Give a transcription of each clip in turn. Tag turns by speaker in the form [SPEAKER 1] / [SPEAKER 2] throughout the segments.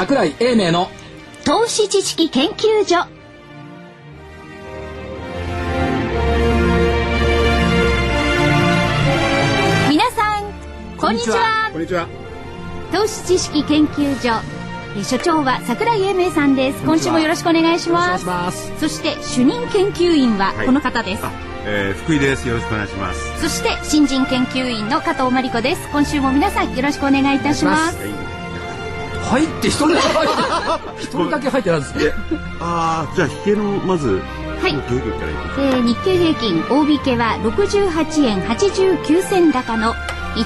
[SPEAKER 1] 櫻井英明の
[SPEAKER 2] 投資知識研究所。皆さんこんにちは。
[SPEAKER 3] こんにちは。
[SPEAKER 2] 投資知識研究所所長は櫻井英明さんです。今週もよろしくお願いします。そして主任研究員はこの方です。
[SPEAKER 3] 福井です。よろしくお願いします。
[SPEAKER 2] そして新人研究員の加藤真理子です。今週も皆さんよろしくお願いいたします。
[SPEAKER 1] 入って一人だけ入って一人だけ入ってなんですね。
[SPEAKER 3] じゃあ引けのまず
[SPEAKER 2] はい、日経平均大引けは68円89銭高の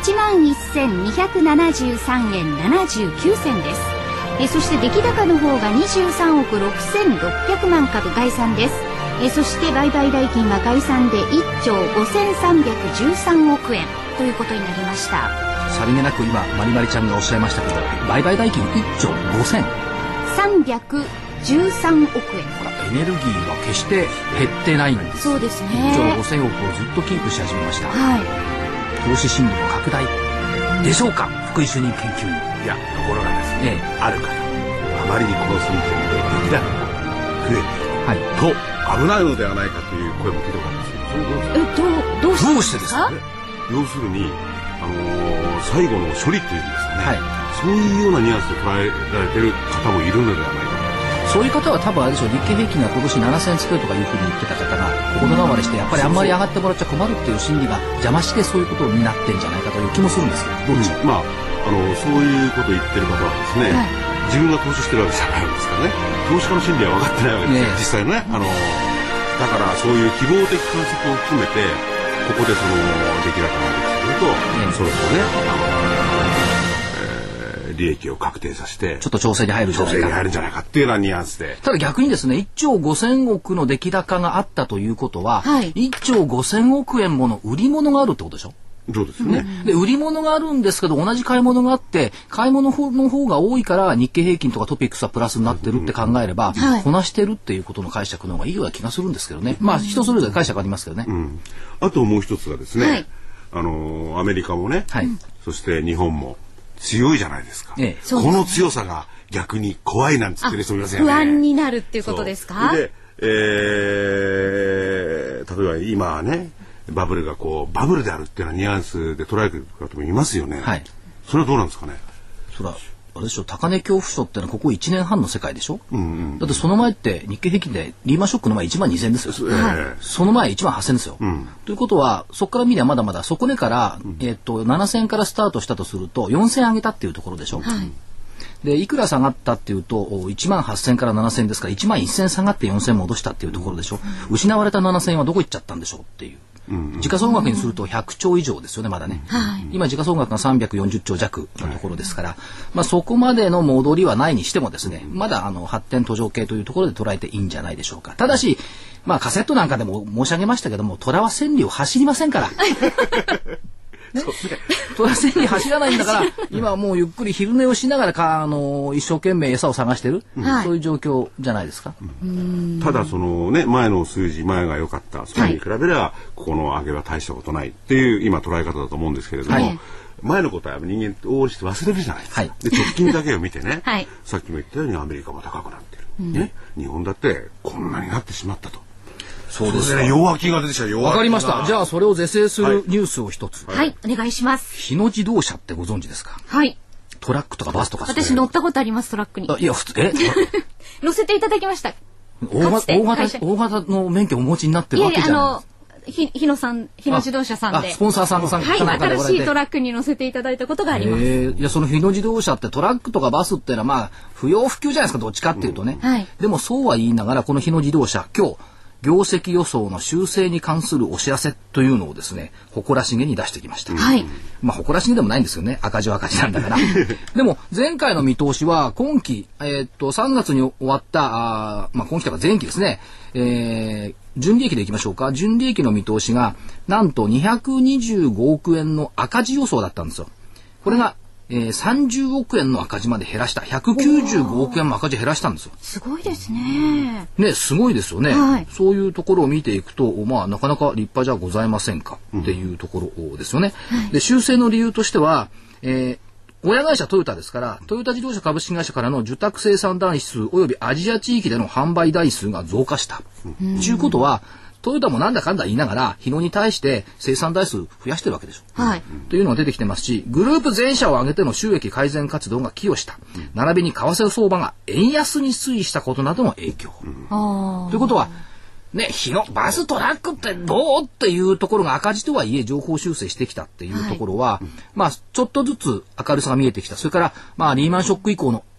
[SPEAKER 2] 11,273 円79銭です。そして出来高の方が23億6600万株概算です。そして売買代金は概算で1兆5313億円ということになりました。
[SPEAKER 1] さりげなく今まりまりちゃんがおっしゃいましたけど、売買代金1兆5313億円。ほらエネルギーは決して減ってないんです。
[SPEAKER 2] そうですね。
[SPEAKER 1] 1兆5000億をずっとキープし始めました。
[SPEAKER 2] はい、
[SPEAKER 1] 投資心理の拡大でしょうか、福井主任研究員。
[SPEAKER 3] いや、ところがですね、ある方あまりにこの数字で出来高が増えている、と危ないのではないかという声も聞いたことあるんですけど、
[SPEAKER 2] どうしてですか？
[SPEAKER 3] 要するに最後の処理というんですかね、そういうようなニュアンスで捉えられている方もいるのではないかと。
[SPEAKER 1] そういう方は多分あれでしょう、日経平均が今年7000つけるとかいうふうに言ってた方が心変わりして、やっぱりあんまり上がってもらっちゃ困るっていう心理が邪魔してそういうことになってんじゃないかという気もするんですけど、どうでしょう。
[SPEAKER 3] そういうことを言ってる方はですね、自分が投資してるわけじゃないんですからね、投資家の心理は分かってないわけですよ、実際ね。だからそういう希望的観測を含めてここでその出来高ができてくると、そろそろね利益を確定させて
[SPEAKER 1] ちょっと調整に入るんじゃないか
[SPEAKER 3] っていうようなニュアンスで。
[SPEAKER 1] ただ逆にですね、1兆5000億の出来高があったということは、1兆5000億円もの売り物があるってことでしょ。
[SPEAKER 3] そうですよね。
[SPEAKER 1] で売り物があるんですけど、同じ買い物があって買い物の方が多いから日経平均とかトピックスはプラスになってるって考えれば、こなしてるっていうことの解釈の方がいいような気がするんですけどね。人それぞれ解釈ありますけどね。
[SPEAKER 3] あともう一つはですね、アメリカもね、そして日本も強いじゃないですか。この強さが逆に怖いなんつってる人いますよね。
[SPEAKER 2] 不安になるっていうことですか。
[SPEAKER 3] で、例えば今はね、バブルであるっていうようなニュアンスで捉えてる方もいますよね。それはどうなんですかね。
[SPEAKER 1] それはあれでしょう、高値恐怖症ってのはここ1年半の世界でしょ。だってその前って日経平均でリーマンショックの前12000ですよ。その前18000ですよ。ということはそこから見ればまだまだ底値から、7000からスタートしたとすると4000上げたっていうところでしょ。でいくら下がったっていうと18000から7000ですから11000下がって4000戻したっていうところでしょ。失われた7000はどこ行っちゃったんでしょうっていう。時価総額にすると100兆以上ですよね、まだね。今時価総額が340兆弱のところですから、そこまでの戻りはないにしてもですね、まだ発展途上系というところで捉えていいんじゃないでしょうか。ただしカセットなんかでも申し上げましたけども、虎は千里を走りませんから虎千里走らないんだから今はもうゆっくり昼寝をしながら一生懸命餌を探してる、そういう状況じゃないですか。
[SPEAKER 3] ただそのね、前の数字前が良かった、それに比べればここの上げは大したことないっていう今捉え方だと思うんですけれども、前のことは人間往々にして忘れるじゃないですか。で直近だけを見てね、さっきも言ったようにアメリカも高くなってる、日本だってこんなになってしまったと。そうですね。弱気が出てきた。
[SPEAKER 1] わかりました。じゃあそれを是正するニュースを一つ。
[SPEAKER 2] お願いします。
[SPEAKER 1] 日野自動車ってご存知ですか。トラックとかバスとか。
[SPEAKER 2] 私乗ったことあります、トラックに。
[SPEAKER 1] いや普通
[SPEAKER 2] 乗せていただきました。
[SPEAKER 1] 大型の免許をお持ちになってるわけじゃない。
[SPEAKER 2] 日野自動車さんで
[SPEAKER 1] スポンサーさん
[SPEAKER 2] 新しいトラックに乗せていただいたことがあります。
[SPEAKER 1] いや、その日野自動車ってトラックとかバスっていうのは不要不急じゃないですか、どっちかっていうとね。でもそうは言いながらこの日野自動車、今日業績予想の修正に関するお知らせというのをですね、誇らしげに出してきました。誇らしげでもないんですよね、赤字は赤字なんだからでも前回の見通しは今期、3月に終わった今期とか前期ですね、純利益でいきましょうか。純利益の見通しがなんと225億円の赤字予想だったんですよ。これが30億円の赤字まで減らした。195億円も赤字減らしたんですよ。
[SPEAKER 2] すごいですね。
[SPEAKER 1] すごいですよね。そういうところを見ていくと、なかなか立派じゃございませんかっていうところですよね。で、修正の理由としては、 親会社トヨタですから、トヨタ自動車株式会社からの受託生産台数及びアジア地域での販売台数が増加した。ということは、トヨタもなんだかんだ言いながら、日野に対して生産台数増やしてるわけでしょ。
[SPEAKER 2] はい。
[SPEAKER 1] というのが出てきてますし、グループ全社を挙げての収益改善活動が寄与した。並びに為替相場が円安に推移したことなどの影響。ということは、ね、日野バストラックってどうっていうところが赤字とはいえ情報修正してきたっていうところは、まあちょっとずつ明るさが見えてきた。それからまあリーマンショック以降の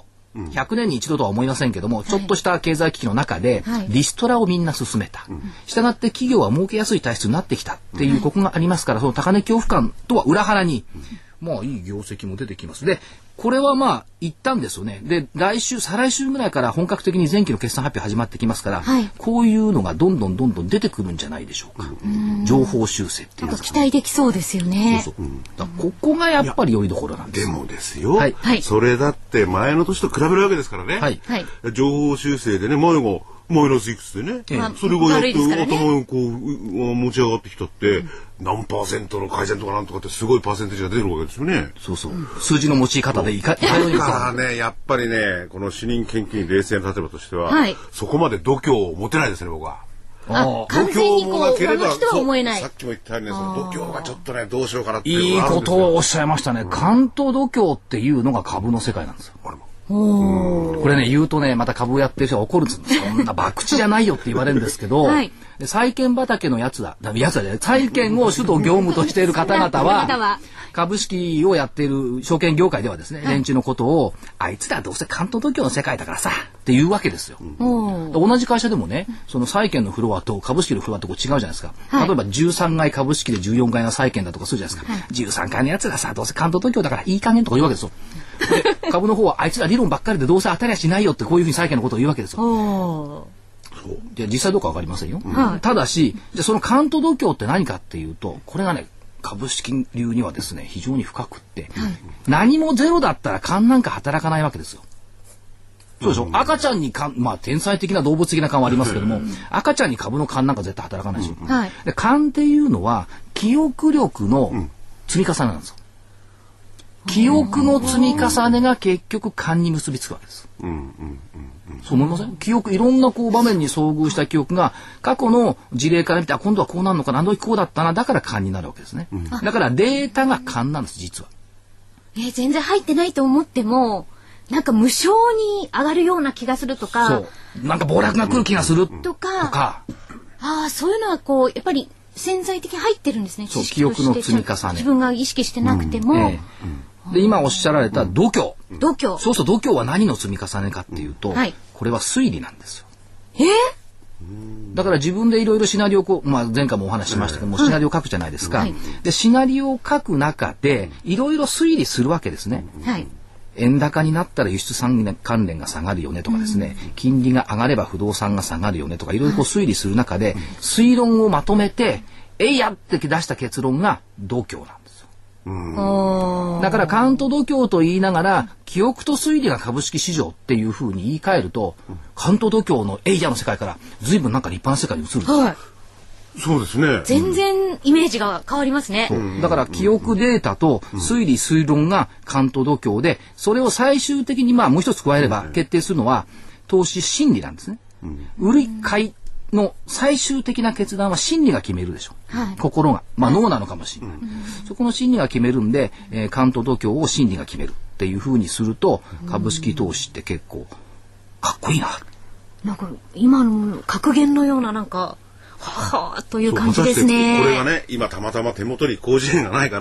[SPEAKER 1] 100年に一度とは思いませんけども、ちょっとした経済危機の中でリストラをみんな進めた。したがって企業は儲けやすい体質になってきたっていうここがありますから、その高値恐怖感とは裏腹にまあいい業績も出てきます。で、これはまあ一旦ですよね。で、再来週ぐらいから本格的に前期の決算発表始まってきますから、こういうのがどんどん出てくるんじゃないでしょうか。情報修正っていうのが、
[SPEAKER 2] 期待できそうですよね。
[SPEAKER 1] だここがやっぱり良いところなんです。
[SPEAKER 3] でもですよ、それだって前の年と比べるわけですからね。情報修正でね、前がマイナスいくつでね、それがやって頭がこう持ち上がってきたって、何パーセントの改善とかなんとかってすごいパーセンテージが出るわけですよね。
[SPEAKER 1] そうそう。数字の持ち方でいかように
[SPEAKER 3] かね、やっぱりね、この主任研究員冷静な立場としては、そこまで度胸を持てないですね、僕は。
[SPEAKER 2] 完全にこう上の人は思えない。
[SPEAKER 3] さっきも言ったようにね、その度胸がちょっとね、どうしようかなっていう
[SPEAKER 1] いいことをおっしゃいましたね。関東度胸っていうのが株の世界なんですよ。これね言うとねまた株をやってる人が怒るんです。そんな博打じゃないよって言われるんですけど、債券畑のやつだ債券を主と業務としている方々は株式をやっている証券業界ではですね、連中のことをあいつらどうせ関東度胸の世界だからさって言うわけですよ。同じ会社でもね、その債券のフロアと株式のフロアってこう違うじゃないですか。例えば13階株式で14階が債券だとかするじゃないですか。13階のやつらさどうせ関東度胸だからいい加減とか言うわけですよ。で株の方はあいつら理論ばっかりでどうせ当たりゃしないよってこういうふうに債券のことを言うわけですよ。で実際どうかわかりませんよ。ただしじゃその関東度胸って何かっていうと、これがね株式流にはですね非常に深くって、何もゼロだったら勘なんか働かないわけですよ。そうでしょ。赤ちゃんにまあ天才的な動物的な勘はありますけども、赤ちゃんに株の勘なんか絶対働かないでしょ。で勘っていうのは記憶力の積み重ねなんですよ。記憶の積み重ねが結局勘に結びつくわけです。そう思いません？記憶いろんなこう場面に遭遇した記憶が過去の事例から見て今度はこうなるのかな、あの時こうだったな、だから勘になるわけですね。だからデータが勘なんです実は。
[SPEAKER 2] 全然入ってないと思ってもなんか無性に上がるような気がするとか、
[SPEAKER 1] そうなんか暴落が来る気がするとか、
[SPEAKER 2] そういうのはこうやっぱり潜在的に入ってるんですね。
[SPEAKER 1] そう記憶の積み重ね。
[SPEAKER 2] 自分が意識してなくても。
[SPEAKER 1] で今おっしゃられた度胸。そうそう度胸は何の積み重ねかっていうと、これは推理なんですよ。だから自分でいろいろシナリオを前回もお話ししましたけども、シナリオを書くじゃないですか。でシナリオを書く中でいろいろ推理するわけですね。円高になったら輸出関連が下がるよねとかですね、金利が上がれば不動産が下がるよねとかいろいろ推理する中で推論をまとめてやって出した結論が度胸なんですよ。だからカウント度胸と言いながら記憶と推理が株式市場っていうふうに言い換えると、カウント度胸のやの世界から随分なんか立派な世界に移るんですよ。
[SPEAKER 3] そうですね。
[SPEAKER 2] 全然イメージが変わりますね。
[SPEAKER 1] だから記憶データと推理推論が関東度胸で、それを最終的にもう一つ加えれば決定するのは投資心理なんですね。売り買いの最終的な決断は心理が決めるでしょ。心が脳なのかもしれない。そこの心理が決めるんで、関東度胸を心理が決めるっていうふうにすると株式投資って結構かっこいいな。
[SPEAKER 2] なんか今の格言のようななんかという感じですね。
[SPEAKER 3] これがね今たまたま手元に広辞苑がないから、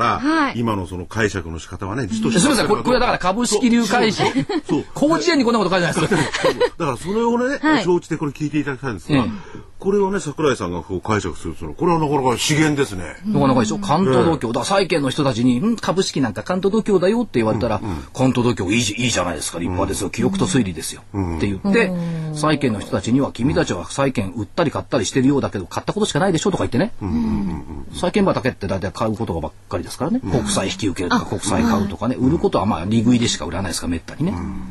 [SPEAKER 3] 今のその解釈の仕方はね字として
[SPEAKER 1] すみません、これはだから株式流解釈広辞苑にこんなこと書いてないです。
[SPEAKER 3] だからそれをね承知でこれ聞いていただきたいんですが、これをね櫻井さんがこう解釈するとこれはなかなか資源ですね。
[SPEAKER 1] なかなかでしょ。関東度胸だから債券の人たちに株式なんか関東度胸だよって言われたら、関東度胸いいじゃないですか、立派ですよ、記憶と推理ですよって言って、債券の人たちには君たちは債券売ったり買ったりしてるようだけど買ったことしかないでしょとか言ってね、債券畑って大体買うことばっかりですからね、国債引き受けるとか国債買うとかね、売ることは利食いでしか売らないですからめったにね。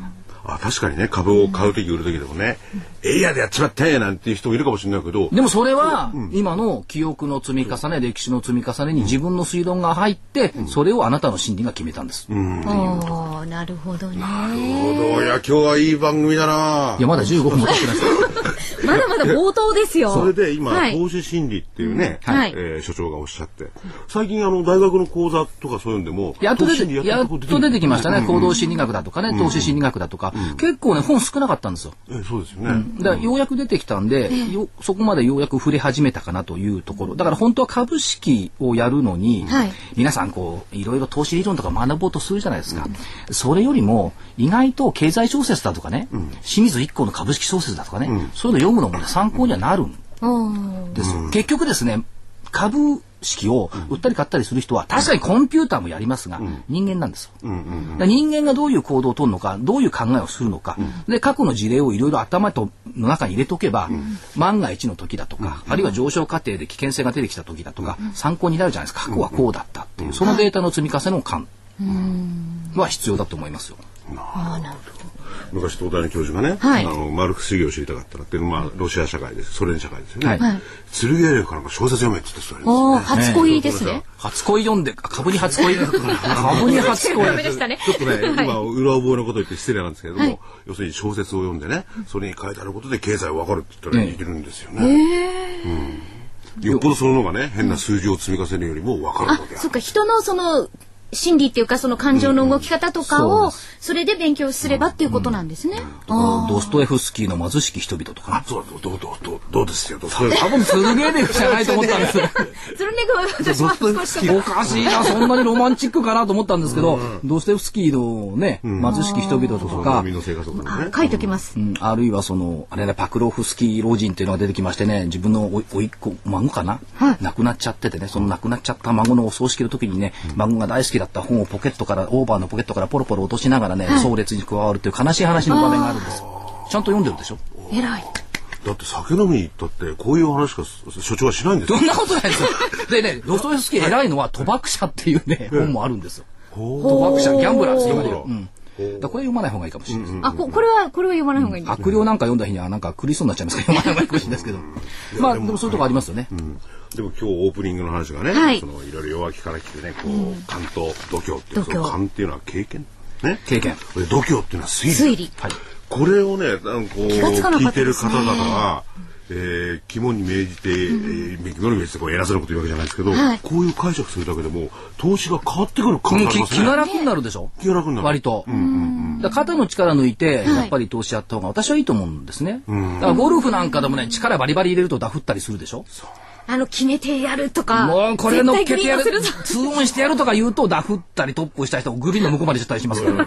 [SPEAKER 3] 確かにね、株を買うとき売るときでもね、エイヤでやっちまってなんていう人もいるかもしれないけど、
[SPEAKER 1] でもそれは今の記憶の積み重ね、歴史の積み重ねに自分の推論が入って、それをあなたの心理が決めたんです。
[SPEAKER 2] なるほどね。
[SPEAKER 3] なるほど。いや、今日はいい番組だな。
[SPEAKER 1] いや、まだ15分も経ってないです
[SPEAKER 2] まだまだ冒頭ですよ。
[SPEAKER 3] それで今、投資心理っていうね、所長がおっしゃって、最近大学の講座とかそういうんでも、
[SPEAKER 1] やっと出てきましたね。行動心理学だとかね、投資心理学だとか、結構ね、本少なかったんですよ。
[SPEAKER 3] そうですよね。
[SPEAKER 1] だからようやく出てきたんで、そこまでようやく触れ始めたかなというところ。だから本当は株式をやるのに、皆さんいろいろ投資理論とか学ぼうとするじゃないですか。それよりも、意外と経済小説だとかね、清水一行の株式小説だとかね、そういうの読むのもね、参考にはなるんですよ。結局ですね、株式を売ったり買ったりする人は確かにコンピューターもやりますが、人間なんですよ。人間がどういう行動を取るのか、どういう考えをするのか、で過去の事例をいろいろ頭の中に入れとけば、万が一の時だとか、あるいは上昇過程で危険性が出てきた時だとか、参考になるじゃないですか。過去はこうだったっていう、そのデータの積み重ねの感は必要だと思いますよ。
[SPEAKER 2] なるほど。
[SPEAKER 3] 昔東大の教授がね、マルクス主義を知りたかったらっていうのは、ロシア社会です、ソ連社会ですよね。剣エレフかなんか小説読めって言ってた人ですね。
[SPEAKER 2] 初恋ですね。
[SPEAKER 1] 初恋読んで、株に初恋。株に初恋。
[SPEAKER 2] ダメでしたね。
[SPEAKER 3] ちょっとね、今裏覚えのこと言って失礼なんですけれども、要するに小説を読んでね、それに書いてあることで経済わかるって言ったらいけるんですよね。よっぽどそののがね、変な数字を積み重ねるよりもわかるわけ。
[SPEAKER 2] そうか、人のその心理っていうか、その感情の動き方とかをそれで勉強すればっていうことなんですね。
[SPEAKER 1] ドストエフスキーの貧しき人々とか。
[SPEAKER 3] そうどうですよ。
[SPEAKER 1] 多分ツルゲーデフじゃないと思ったんです。
[SPEAKER 2] ツルネグは私は少し
[SPEAKER 1] おかしいな、そんなにロマンチックかなと思ったんですけど、ドストエフスキーのね、貧しき人々とか、
[SPEAKER 2] 書いておきます。
[SPEAKER 1] あるいはパクロフスキー老人っていうのが出てきましてね、自分の甥っ子、孫かな、亡くなっちゃっててね、その亡くなっちゃった孫のお葬式の時にね、孫が大好きだった本をオーバーのポケットからポロポロ落としながらね、葬列に加わるという悲しい話の場面があるんです。ちゃんと読んでるでしょ。
[SPEAKER 2] 偉い。
[SPEAKER 3] だって酒飲みに行ったってこういう話しか所長はしないんですよ。
[SPEAKER 1] そんなことないですよ。でね、ドストエフスキー偉いのは賭博者っていうね、本もあるんですよ。賭博者、ギャンブラーですよ。これ読まない方がいいかもしれないです。
[SPEAKER 2] これは読まない方がいいんです。
[SPEAKER 1] 悪霊なんか読んだ日にはなんか苦しそうになっちゃいますから読まない方がいいかもしれないですけど。まあでもそういうとこありますよね。
[SPEAKER 3] でも今日オープニングの話がね、いろいろ弱気から来てね、勘と度胸っていう、その勘っていうのは経験ね。
[SPEAKER 1] 経験。
[SPEAKER 3] 度胸っていうのは推理。これをね、聞いてる方々が、肝に銘じて、偉そうなこと言うわけじゃないですけど、こういう解釈するだけでも投資が変わってくる可能性ありますね。
[SPEAKER 1] 気が楽になるでしょ。
[SPEAKER 3] 気が楽になる。
[SPEAKER 1] 割と。肩の力抜いてやっぱり投資やった方が私はいいと思うんですね。だからゴルフなんかでもね、力バリバリ入れるとダフったりするでしょ。
[SPEAKER 2] 決めてやるとか、
[SPEAKER 1] もうこれ乗っけてやる、2オンしてやるとか言うとダフったりトップした人グリーンの向こうまで行っちゃったりしますから。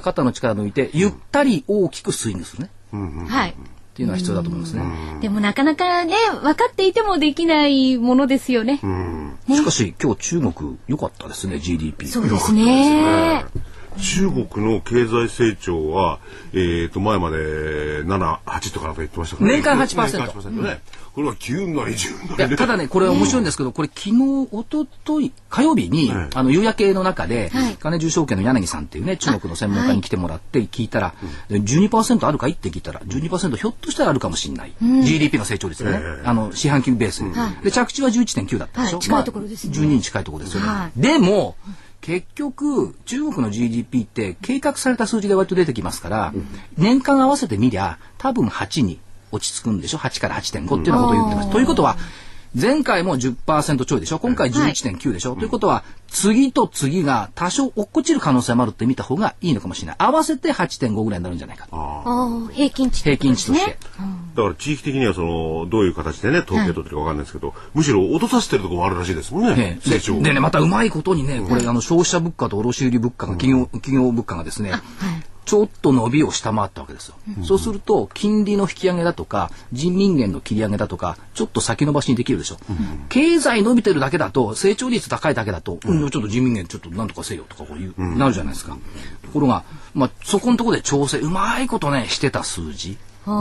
[SPEAKER 1] 肩の力抜いてゆったり大きくスイングするね。っていうのは必要だと思いますね。
[SPEAKER 2] でもなかなかね、分かっていてもできないものですよね。
[SPEAKER 1] しかし今日中国良かったですね、 GDP。
[SPEAKER 2] そうですね。
[SPEAKER 3] 中国の経済成長は、前まで7、8とかなんか言ってましたからね。
[SPEAKER 1] 年間 8%。
[SPEAKER 3] ね。これは急になり10なり。
[SPEAKER 1] ただね、これ面白いんですけど、これ昨日、おととい、火曜日に、夕焼けの中で、金重証券の柳さんっていうね、中国の専門家に来てもらって聞いたら、12% あるかいって聞いたら、12% ひょっとしたらあるかもしれない。GDP の成長率がね、四半期ベースに。で、着地は 11.9 だったでしょ。
[SPEAKER 2] 近いところですね。
[SPEAKER 1] 12に近いところですよね。でも、結局中国の GDP って計画された数字で割と出てきますから、年間合わせてみりゃ多分8に落ち着くんでしょ。8から 8.5 っていうようなことを言ってます。ということは前回も 10% ちょいでしょ。今回 11.9 でしょ。ということは次と次が多少落っこちる可能性もあるって見た方がいいのかもしれない。合わせて 8.5 ぐらいになるんじゃないかと。
[SPEAKER 2] 平均値
[SPEAKER 1] として。
[SPEAKER 3] だから地域的にはどういう形でね統計取ってるか分かんないですけど、むしろ落とさせてるところもあるらしいですもんね。
[SPEAKER 1] でね、またうまいことにね、これ消費者物価と卸売物価が企業物価がですね、ちょっと伸びを下回ったわけですよ。そうすると金利の引き上げだとか人民元の切り上げだとかちょっと先延ばしにできるでしょ。経済伸びてるだけだと、成長率高いだけだと、ちょっと人民元ちょっとなんとかせよとかこういうなるじゃないですか。ところがそこのところで調整うまいことねしてた数字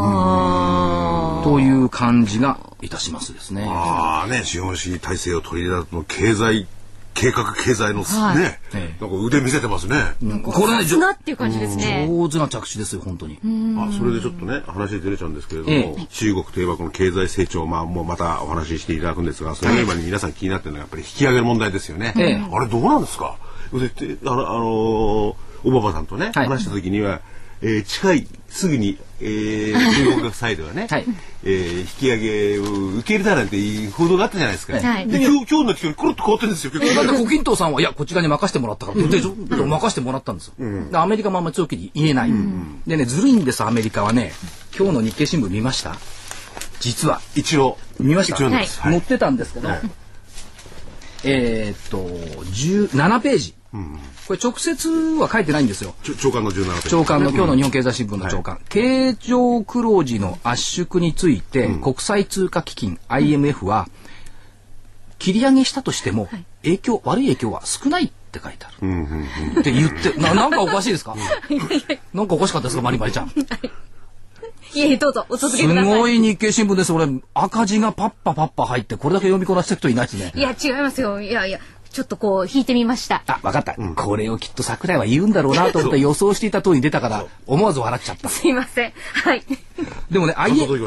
[SPEAKER 1] という感じがいたしますですね。
[SPEAKER 3] 資本主義体制を取り入れたの経済計画経済のね、なんか腕見せてますね。
[SPEAKER 2] これね、上手っていう感じですね。
[SPEAKER 1] 上手な着地ですよ、本当に。
[SPEAKER 3] それでちょっとね、話ずれちゃうんですけれども、中国といえばこの経済成長、もうまたお話ししていただくんですが、それよりも皆さん気になってるのはやっぱり引き上げの問題ですよね。あれどうなんですか？オバマさんとね、話した時には、近いすぐに、中国サイドはね、引き上げを受け入れたなんていう報道があったじゃないですか。で今日の企画コロッと変わってるんですよ。
[SPEAKER 1] だって胡錦涛さんはいやこっち側に任せてもらったから任せてもらったんですよ。アメリカもあんまり強気に言えない。でねずるいんですアメリカはね。今日の日経新聞見ました？実は
[SPEAKER 3] 一応
[SPEAKER 1] 見ました。載ってたんですけど、17ページ。これ直接は書いてないんですよ。
[SPEAKER 3] 長官の17ページ。
[SPEAKER 1] 長官の今日の日本経済新聞の長官。経常黒字の圧縮について、国際通貨基金 IMF は切り上げしたとしても悪い影響は少ないって書いてある。って言ってなんかおかしいですか？なんかおかしかったですかマリマリちゃん。
[SPEAKER 2] いえどうぞお続けください。
[SPEAKER 1] すごい日経新聞です。俺赤字がパッパ入ってこれだけ読みこなしてる人いないですね。
[SPEAKER 2] いや違いますよ。いやちょっとこう引いてみました。
[SPEAKER 1] 分かった、これをきっと桜井は言うんだろうなと思って予想していた通りに出たから思わず笑っちゃった。
[SPEAKER 2] すいません。はい。
[SPEAKER 1] でもね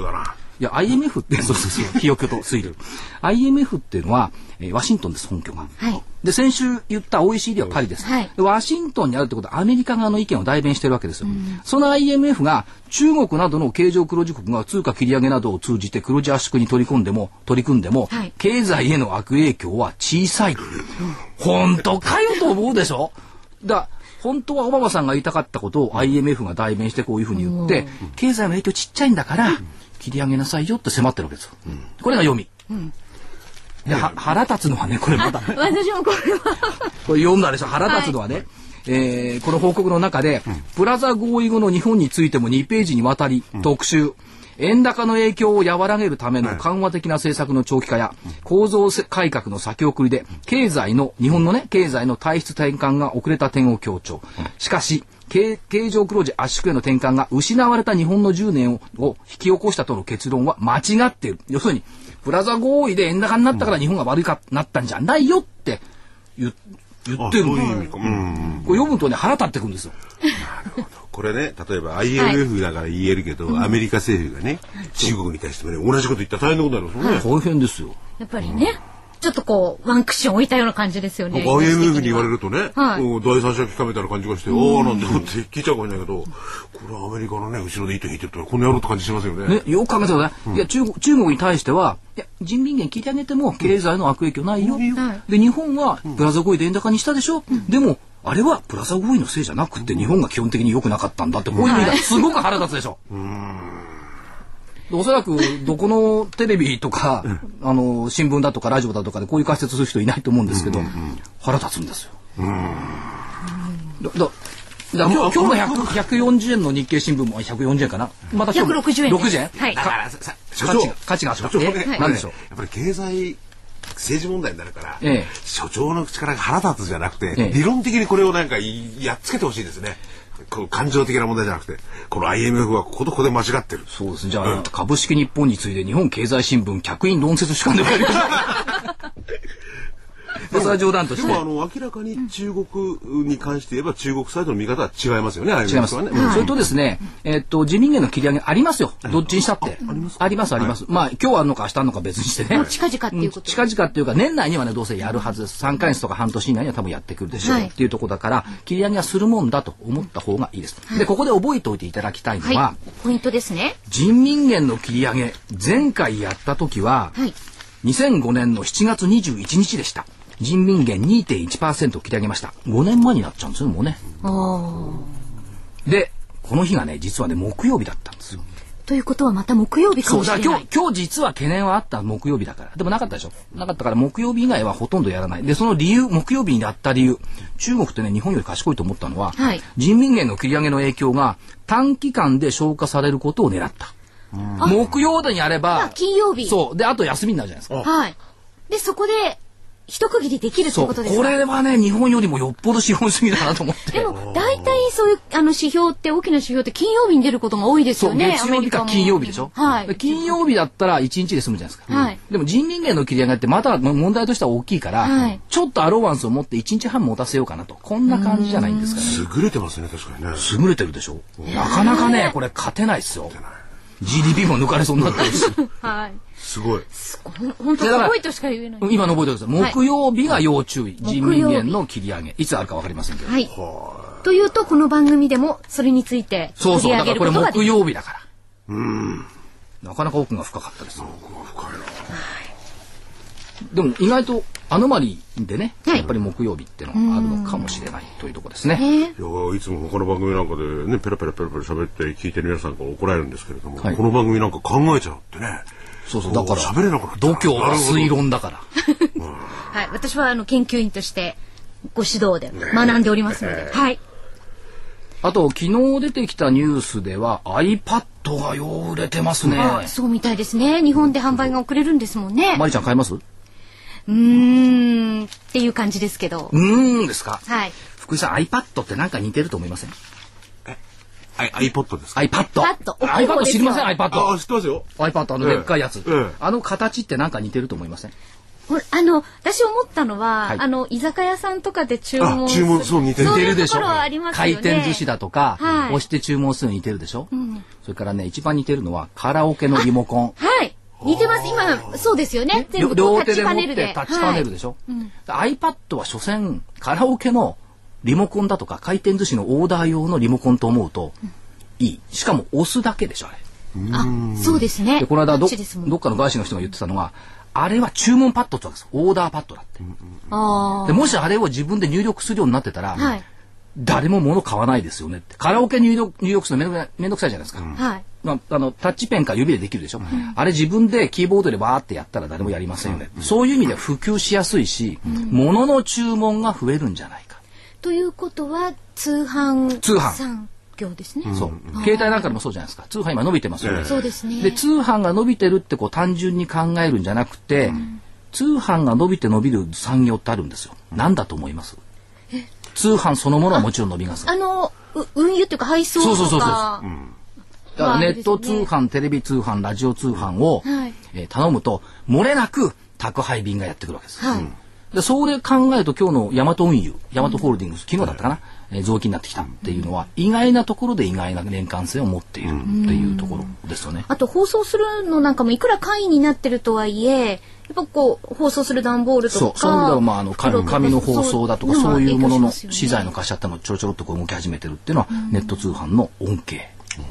[SPEAKER 1] IMF ってそうひよこと推理 IMF っていうのは、ワシントンです本拠が。で先週言った OECD はパリです。でワシントンにあるってことはアメリカ側の意見を代弁してるわけですよ。その IMF が中国などの経常黒字国が通貨切り上げなどを通じて黒字圧縮に取り組んでも、経済への悪影響は小さい。本当かよと思うでしょ。本当はオバマさんが言いたかったことを IMF が代弁してこういうふうに言って、経済の影響ちっちゃいんだから切り上げなさいよって迫ってるわけですよ。これが読み。で腹立つのはねこれまだ
[SPEAKER 2] 私もこれは
[SPEAKER 1] これ読んだでしょ。腹立つのはね、この報告の中で、プラザ合意後の日本についても2ページにわたり特集。円高の影響を和らげるための緩和的な政策の長期化や構造改革の先送りで日本のね経済の体質転換が遅れた点を強調。しかし経常黒字圧縮への転換が失われた日本の10年を引き起こしたとの結論は間違っている。要するにプラザ合意で円高になったから日本が悪くなったんじゃないよって言ってるんです。これ読むとね腹立ってくるんですよ。
[SPEAKER 3] なるほど。これね例えば IMF だから言えるけど、アメリカ政府がね中国に対してもね同じこと言ったら大変なことになりますもんね。
[SPEAKER 1] 大変ですよ。
[SPEAKER 2] やっぱりね。ちょっとこうワンクッション置いたような感じですよね。
[SPEAKER 3] IMF に言われるとね、第三者機関みたいな感じがして、なんて思って聞いちゃうかもしれないけど、これはアメリカのね後ろで糸引いてるとこの野郎って感じしますよね。
[SPEAKER 1] よく考えてください。いや中国に対してはいや人民元切り上げても経済の悪影響ないよ。で日本はプラザ合意で円高にしたでしょ。でもあれはプラザ合意のせいじゃなくて日本が基本的に良くなかったんだってこういう意味がすごく腹立つでしょ。おそらくどこのテレビとか新聞だとかラジオだとかでこういう解説する人いないと思うんですけど、腹立つんですよ。今日の140円の日経新聞も140円かな。また
[SPEAKER 2] 160円。
[SPEAKER 1] 60円。
[SPEAKER 3] だからさ
[SPEAKER 1] 価値が
[SPEAKER 3] 所長
[SPEAKER 1] なんでしょう。
[SPEAKER 3] やっぱり経済政治問題になるから、所長の口から腹立つじゃなくて、理論的にこれをなんかやっつけてほしいですね。この感情的な問題じゃなくてこの IMF はこことここで間違ってる。
[SPEAKER 1] そうですね。じゃあ、株式日本について日本経済新聞客員論説主観で終わりましたそれは冗談として。
[SPEAKER 3] でも明らかに中国に関して言えば中国サイドの見方は違いますよね。
[SPEAKER 1] 違います。それとですね、人民元の切り上げありますよ。どっちにしたって。あります。まあ今日あるのか明日あるのか別にしてね。
[SPEAKER 2] 近々っていうこと。
[SPEAKER 1] 近々っていうか年内にはねどうせやるはずです。3ヶ月とか半年以内には多分やってくるでしょうっていうところだから切り上げはするもんだと思った方がいいです。でここで覚えておいていただきたいのは、
[SPEAKER 2] ポイントですね。
[SPEAKER 1] 人民元の切り上げ前回やった時は、2005年の7月21日でした。人民元 2.1% 切り上げました。5年前になっちゃうんですよもうね。でこの日がね実はね木曜日だったんですよ。
[SPEAKER 2] ということはまた木曜日かもしれない。
[SPEAKER 1] そうだ今日実は懸念はあった木曜日だから。でもなかったでしょ。なかったから木曜日以外はほとんどやらない。でその理由木曜日にやった理由中国ってね日本より賢いと思ったのは、人民元の切り上げの影響が短期間で消化されることを狙った。木曜日にやれば
[SPEAKER 2] 金曜日
[SPEAKER 1] そうであと休みになるじゃないですか。
[SPEAKER 2] でそこで一区切りできるってことですか。
[SPEAKER 1] これはね、日本よりもよっぽど資本主義だなと思って。
[SPEAKER 2] でも大体そういう指標って大きな指標って金曜日に出ることが多いですよね。
[SPEAKER 1] 月曜日か金曜日でしょ。はい。金曜日だったら1日で済むじゃないですか。はい。でも人民元の切り上げってまた問題としては大きいから、はい、ちょっとアローワンスを持って1日半持たせようかなと、こんな感じじゃないんですかね。
[SPEAKER 3] 優れてますね、確かにね。
[SPEAKER 1] 優れてるでしょ。なかなかね、これ勝てないですよ。GDP も抜かれそうになってるし。はい。
[SPEAKER 3] すごい。
[SPEAKER 2] 本当すごいとしか言えない。
[SPEAKER 1] 今の覚えてください。木曜日が要注意。人民元の切り上げ。いつあるかわかりませんけど。はい。
[SPEAKER 2] というと、この番組でもそれについて取り上げることができる。
[SPEAKER 1] そうそう。だからこれ木曜日だから。なかなか奥が深かったです。
[SPEAKER 3] 奥が深いな。
[SPEAKER 1] でも意外とアノマリーでね、やっぱり木曜日っていうのがあるのかもしれないというところですね。
[SPEAKER 3] いや、いつも他の番組なんかでね、ペラペラ喋って聞いてる皆さんから怒られるんですけれども、この番組なんか考えちゃうってね。
[SPEAKER 1] そうそう、だから
[SPEAKER 3] 喋れなくなっちゃう。
[SPEAKER 1] 度胸は推論だから。
[SPEAKER 2] はい、私は研究員としてご指導で学んでおりますので。はい。
[SPEAKER 1] あと昨日出てきたニュースでは iPad がよう売れてますね。
[SPEAKER 2] そうみたいですね。日本で販売が遅れるんですもんね。
[SPEAKER 1] マリちゃん買います？
[SPEAKER 2] っていう感じですけど。
[SPEAKER 1] ですか。
[SPEAKER 2] はい。
[SPEAKER 1] 福井さん iPad ってなんか似てると思いません
[SPEAKER 3] ？iPod ですか？
[SPEAKER 1] iPad 知りません iPad。
[SPEAKER 3] 知ってますよ。
[SPEAKER 1] iPad でっかいやつ。形ってなんか似てると思いません？
[SPEAKER 2] 私思ったのは、居酒屋さんとかで注文
[SPEAKER 3] そう似て
[SPEAKER 1] るでしょ。回
[SPEAKER 2] 転
[SPEAKER 1] 寿司だとか、押して注文するの似てるでしょ。それからね、一番似てるのはカラオケのリモコン。
[SPEAKER 2] はい。似てます。今、そうですよね。
[SPEAKER 1] 全部両手で持ってタッチパネルでしょ。iPad は所詮カラオケのリモコンだとか回転寿司のオーダー用のリモコンと思うといい。しかも押すだけでしょ、あれ。
[SPEAKER 2] そうですね。
[SPEAKER 1] で、この間どっかの外資の人が言ってたのが、あれは注文パッドって言うんです。オーダーパッドだって。でもしあれを自分で入力するようになってたら、誰も物買わないですよねって。カラオケ入力するのめんどくさいじゃないですか。タッチペンか指でできるでしょ。あれ自分でキーボードでわーってやったら誰もやりませんよね。そういう意味では普及しやすいし、物の注文が増えるんじゃないか。
[SPEAKER 2] ということは通販産業ですね。
[SPEAKER 1] そう。携帯なんかでもそうじゃないですか。通販今伸びてますよね。
[SPEAKER 2] そうですね。
[SPEAKER 1] で、通販が伸びてるって単純に考えるんじゃなくて、通販が伸びて伸びる産業ってあるんですよ。なんだと思います？通販そのものはもちろん伸びます。
[SPEAKER 2] 運輸っていうか配送とか。
[SPEAKER 1] だからネット通販、テレビ通販、ラジオ通販を頼むと漏れなく宅配便がやってくるわけです。で、それ考えると今日のヤマト運輸、ヤマトホールディングス、昨日だったかな、増益になってきたっていうのは意外なところで意外な年間性を持っているっていうところですよね。
[SPEAKER 2] あと放送するのなんかもいくら会員になってるとはいえ、やっぱ放送する段ボールとか、
[SPEAKER 1] そういう意味では紙の放送だとかそういうものの資材の会社ってのをちょろちょろっと動き始めてるっていうのはネット通販の恩恵。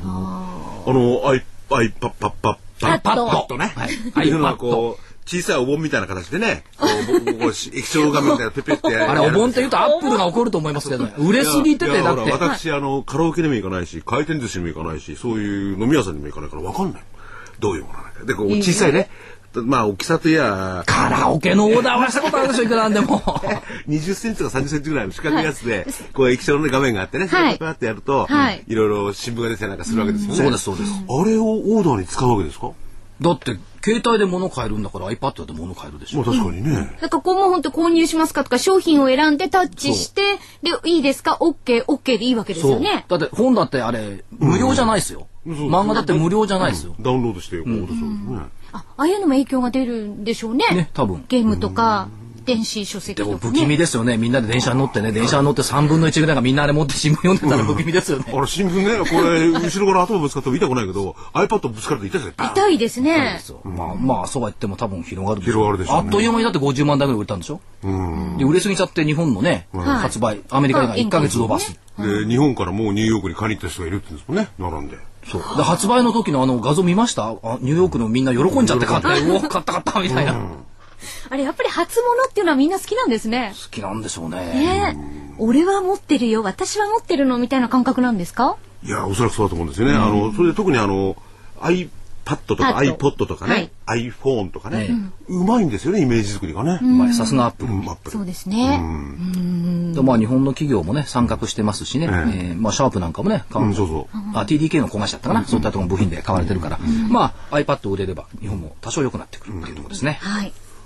[SPEAKER 3] iPad ね。ああいうのは小さいお盆みたいな形でね、液晶画面みたいなペペって
[SPEAKER 1] あれお盆って言うとアップルが怒ると思いますけど、売れすぎててだって。
[SPEAKER 3] 私カラオケにも行かないし、回転寿司にも行かないし、そういう飲み屋さんにも行かないから分かんない。どういうものなのか。で、小さいね。大きさといや
[SPEAKER 1] カラオケのオーダーはしたことあるでしょ、いくらなんでも。
[SPEAKER 3] 20センチとか30センチぐらいの四角いやつで、液晶の画面があってね、それをパッとやると、いろいろ新聞が出てなんかするわけですよね。
[SPEAKER 1] そうです、そうです。
[SPEAKER 3] あれをオーダーに使うわけですか？
[SPEAKER 1] だって携帯で物買えるんだから iPad で物買えるでしょ。
[SPEAKER 3] 確かにね。
[SPEAKER 2] なんかもう本当購入しますかとか商品を選んでタッチしてでいいですか OK でいいわけですよね。
[SPEAKER 1] だって本だってあれ無料じゃないですよ。漫画だって無料じゃないですよ。
[SPEAKER 3] ダウンロードしてよ。そうですね。
[SPEAKER 2] ああいうのも影響が出るんでしょうね。
[SPEAKER 1] ね、多分。
[SPEAKER 2] ゲームとか。電子書籍とか、ね、
[SPEAKER 1] でも不気味ですよね。みんなで電車に乗ってね、電車に乗って3分の1ぐらいがみんなあれ持って新聞読んでたら不気味ですよね。
[SPEAKER 3] 新聞ね、これ後ろから頭ぶつかっても痛くないけど iPad ぶつかると痛いですよ。
[SPEAKER 2] 痛いですね。
[SPEAKER 1] そうは言っても多分広がるでしょ。
[SPEAKER 3] 広がるでしょうね。
[SPEAKER 1] あっという間にだって50万台ぐらい売れたんでしょ。で売れすぎちゃって日本のね、発売アメリカが1ヶ月伸ばす。
[SPEAKER 3] で日本からもうニューヨークに買いに行った人がいるって言うんですもんね。並んで。
[SPEAKER 1] そうで発売の時の画像見ました？ニューヨークのみんな喜んじゃって買って買ったみたいな。
[SPEAKER 2] あれやっぱり初物っていうのはみんな好きなんですね。
[SPEAKER 1] 好きなんでしょうね。
[SPEAKER 2] 俺は持ってるよ、私は持ってるのみたいな感覚なんですか？
[SPEAKER 3] いやおそらくそうだと思うんですよね。それで特にiPad とか iPod とかね、iPhone とかね、うまいんですよねイメージ作りがね。
[SPEAKER 1] さすがアップル。
[SPEAKER 2] そうですね。
[SPEAKER 1] で日本の企業もね参画してますしね。シャープなんかもね、TDK の子会社だったかな、そういったところの部品で買われてるから、iPad を売れれば日本も多少良くなってくるっていうところですね。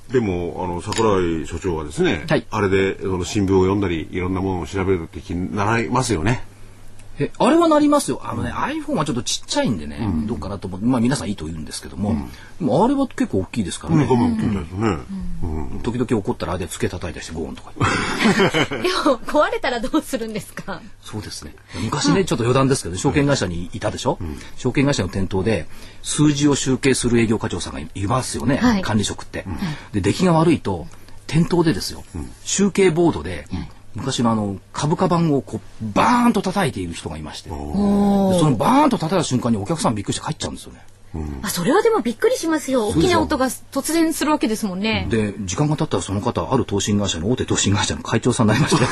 [SPEAKER 3] でも櫻井所長はですね、はい、あれで新聞を読んだりいろんなものを調べるって気になりますよね。
[SPEAKER 1] あれはなりますよ。iPhone はちょっとちっちゃいんでね、どうかなと思って、皆さんいいと言うんですけども、でもあれは結構大きいですからね。時々怒ったらあれで付け叩いたりしてゴーンとか。
[SPEAKER 2] でも壊れたらどうするんですか？
[SPEAKER 1] そうですね。昔ね、ちょっと余談ですけど、証券会社にいたでしょ。証券会社の店頭で数字を集計する営業課長さんがいますよね。管理職って。で、出来が悪いと店頭でですよ、集計ボードで、昔の株価番号をこうバーンと叩いている人がいまして、そのバーンと叩いた瞬間にお客さんびっくりして帰っちゃうんですよね。
[SPEAKER 2] それはでもびっくりしますよ。大きな音が突然するわけですもんね。
[SPEAKER 1] で、時間が経ったらその方、ある投信会社の大手投信会社の会長さんになりまして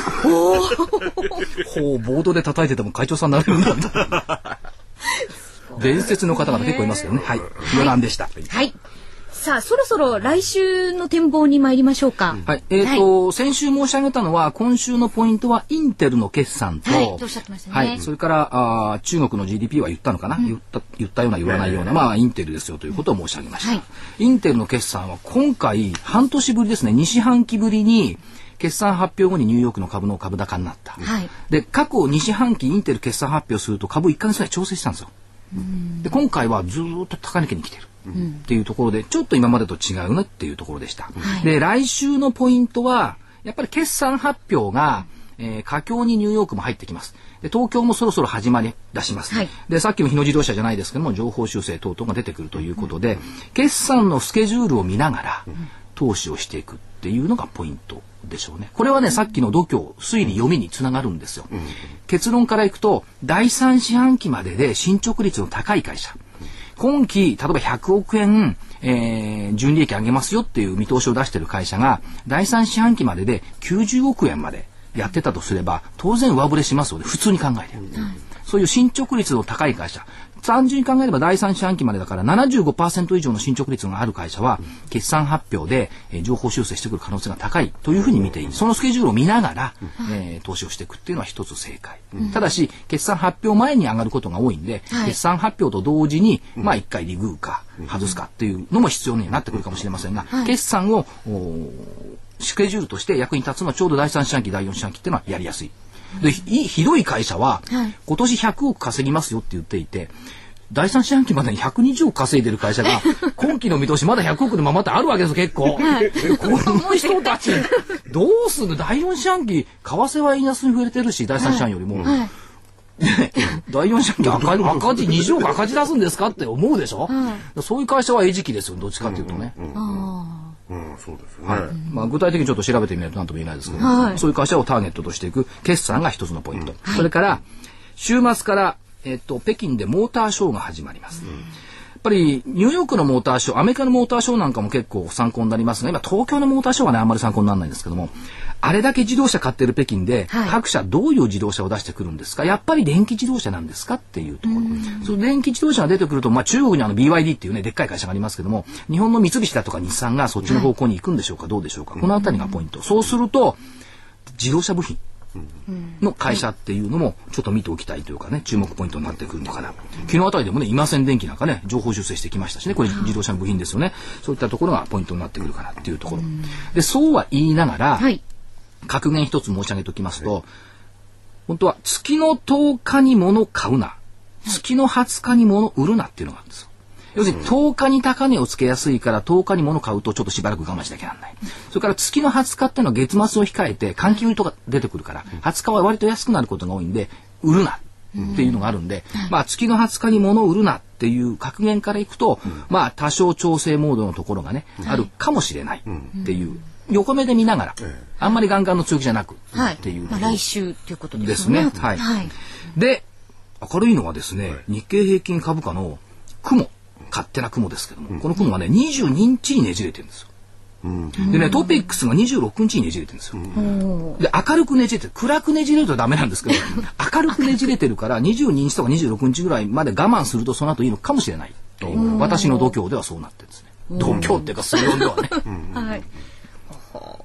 [SPEAKER 1] ボードで叩いてても会長さんになれるんだみたいな伝説の方々結構いますけどね。はい、余談でした。
[SPEAKER 2] はい。さあ、そろそろ来週の展望に参りましょうか。
[SPEAKER 1] はい。先週申し上げたのは、今週のポイントはインテルの決算と、
[SPEAKER 2] おっしゃってましたね。
[SPEAKER 1] はい。それから中国の GDP は言ったのかな、言ったような言わないような、インテルですよということを申し上げました。インテルの決算は今回半年ぶりですね、2四半期ぶりに決算発表後にニューヨークの株の株高になった。で、過去2四半期インテル決算発表すると株1ヶ月ぐらい調整したんですよ。で、今回はずっと高値圏に来ている。っていうところでちょっと今までと違うねっていうところでした。で、来週のポイントはやっぱり決算発表が、佳境にニューヨークも入ってきます。で、東京もそろそろ始まり出します。で、さっきの日野自動車じゃないですけども情報修正等々が出てくるということで、決算のスケジュールを見ながら投資をしていくっていうのがポイントでしょうね。これはね、さっきの度胸推理読みにつながるんですよ。結論からいくと第3四半期までで進捗率の高い会社、今期例えば100億円、純利益上げますよっていう見通しを出している会社が第3四半期までで90億円までやってたとすれば当然上振れしますので普通に考えてる、そういう進捗率の高い会社、単純に考えれば第3四半期までだから 75% 以上の進捗率がある会社は決算発表で、情報修正してくる可能性が高いというふうに見ている。そのスケジュールを見ながら、投資をしていくっていうのは一つ正解、ただし決算発表前に上がることが多いんで、決算発表と同時に一回リグーか外すかっていうのも必要になってくるかもしれませんが、決算をスケジュールとして役に立つのはちょうど第3四半期第4四半期っていうのはやりやすい。で、ひどい会社は、今年100億稼ぎますよって言っていて、第3四半期までに120億稼いでる会社が今期の見通しまだ100億のままってあるわけです結構。この人たちどうする？第4四半期為替は円安に触れてるし第3四半よりも、第4四半期赤字20億赤字出すんですかって思うでしょ、そういう会社は餌食ですよ、どっちかっていうとね。
[SPEAKER 3] そうですね。
[SPEAKER 1] 具体的にちょっと調べてみないと何とも言えないですけど、そういう会社をターゲットとしていく決算が一つのポイント。それから週末から北京でモーターショーが始まります。やっぱりニューヨークのモーターショー、アメリカのモーターショーなんかも結構参考になりますが、今東京のモーターショーはねあんまり参考にならないんですけども、あれだけ自動車買ってる北京で、各社どういう自動車を出してくるんですか、やっぱり電気自動車なんですかっていうところ。その電気自動車が出てくると、中国にBYD っていうねでっかい会社がありますけども、日本の三菱だとか日産がそっちの方向に行くんでしょうか、どうでしょうか。このあたりがポイント。そうすると自動車部品の会社っていうのもちょっと見ておきたいというかね、注目ポイントになってくるのかな。昨日あたりでもね、今線電機なんかね情報修正してきましたしね、これ自動車の部品ですよね。そういったところがポイントになってくるかなっていうところで、そうは言いながら、格言一つ申し上げておきますと、本当は月の10日に物買うな、月の20日に物売るなっていうのがあるんですよ。要するに10日に高値をつけやすいから10日に物買うとちょっとしばらく我慢しなきゃならない。それから月の20日っていうのは月末を控えて換気売りとか出てくるから20日は割と安くなることが多いんで売るなっていうのがあるんで、月の20日に物を売るなっていう格言からいくと、多少調整モードのところがね、あるかもしれないっていう横目で見ながら、あんまりガンガンの強気じゃなくっていう、
[SPEAKER 2] 来週ということですね。
[SPEAKER 1] で、明るいのはですね、日経平均株価の雲、勝手な雲ですけども、この雲はね22日にねじれてるんですよ。でね、トピックスが26日にねじれてるんですよ。で、明るくねじれてる、暗くねじれるとダメなんですけど明るくねじれてるから22日とか26日ぐらいまで我慢するとその後いいのかもしれないという、私の度胸ではそうなってるんですね。度胸っていうか推論ではね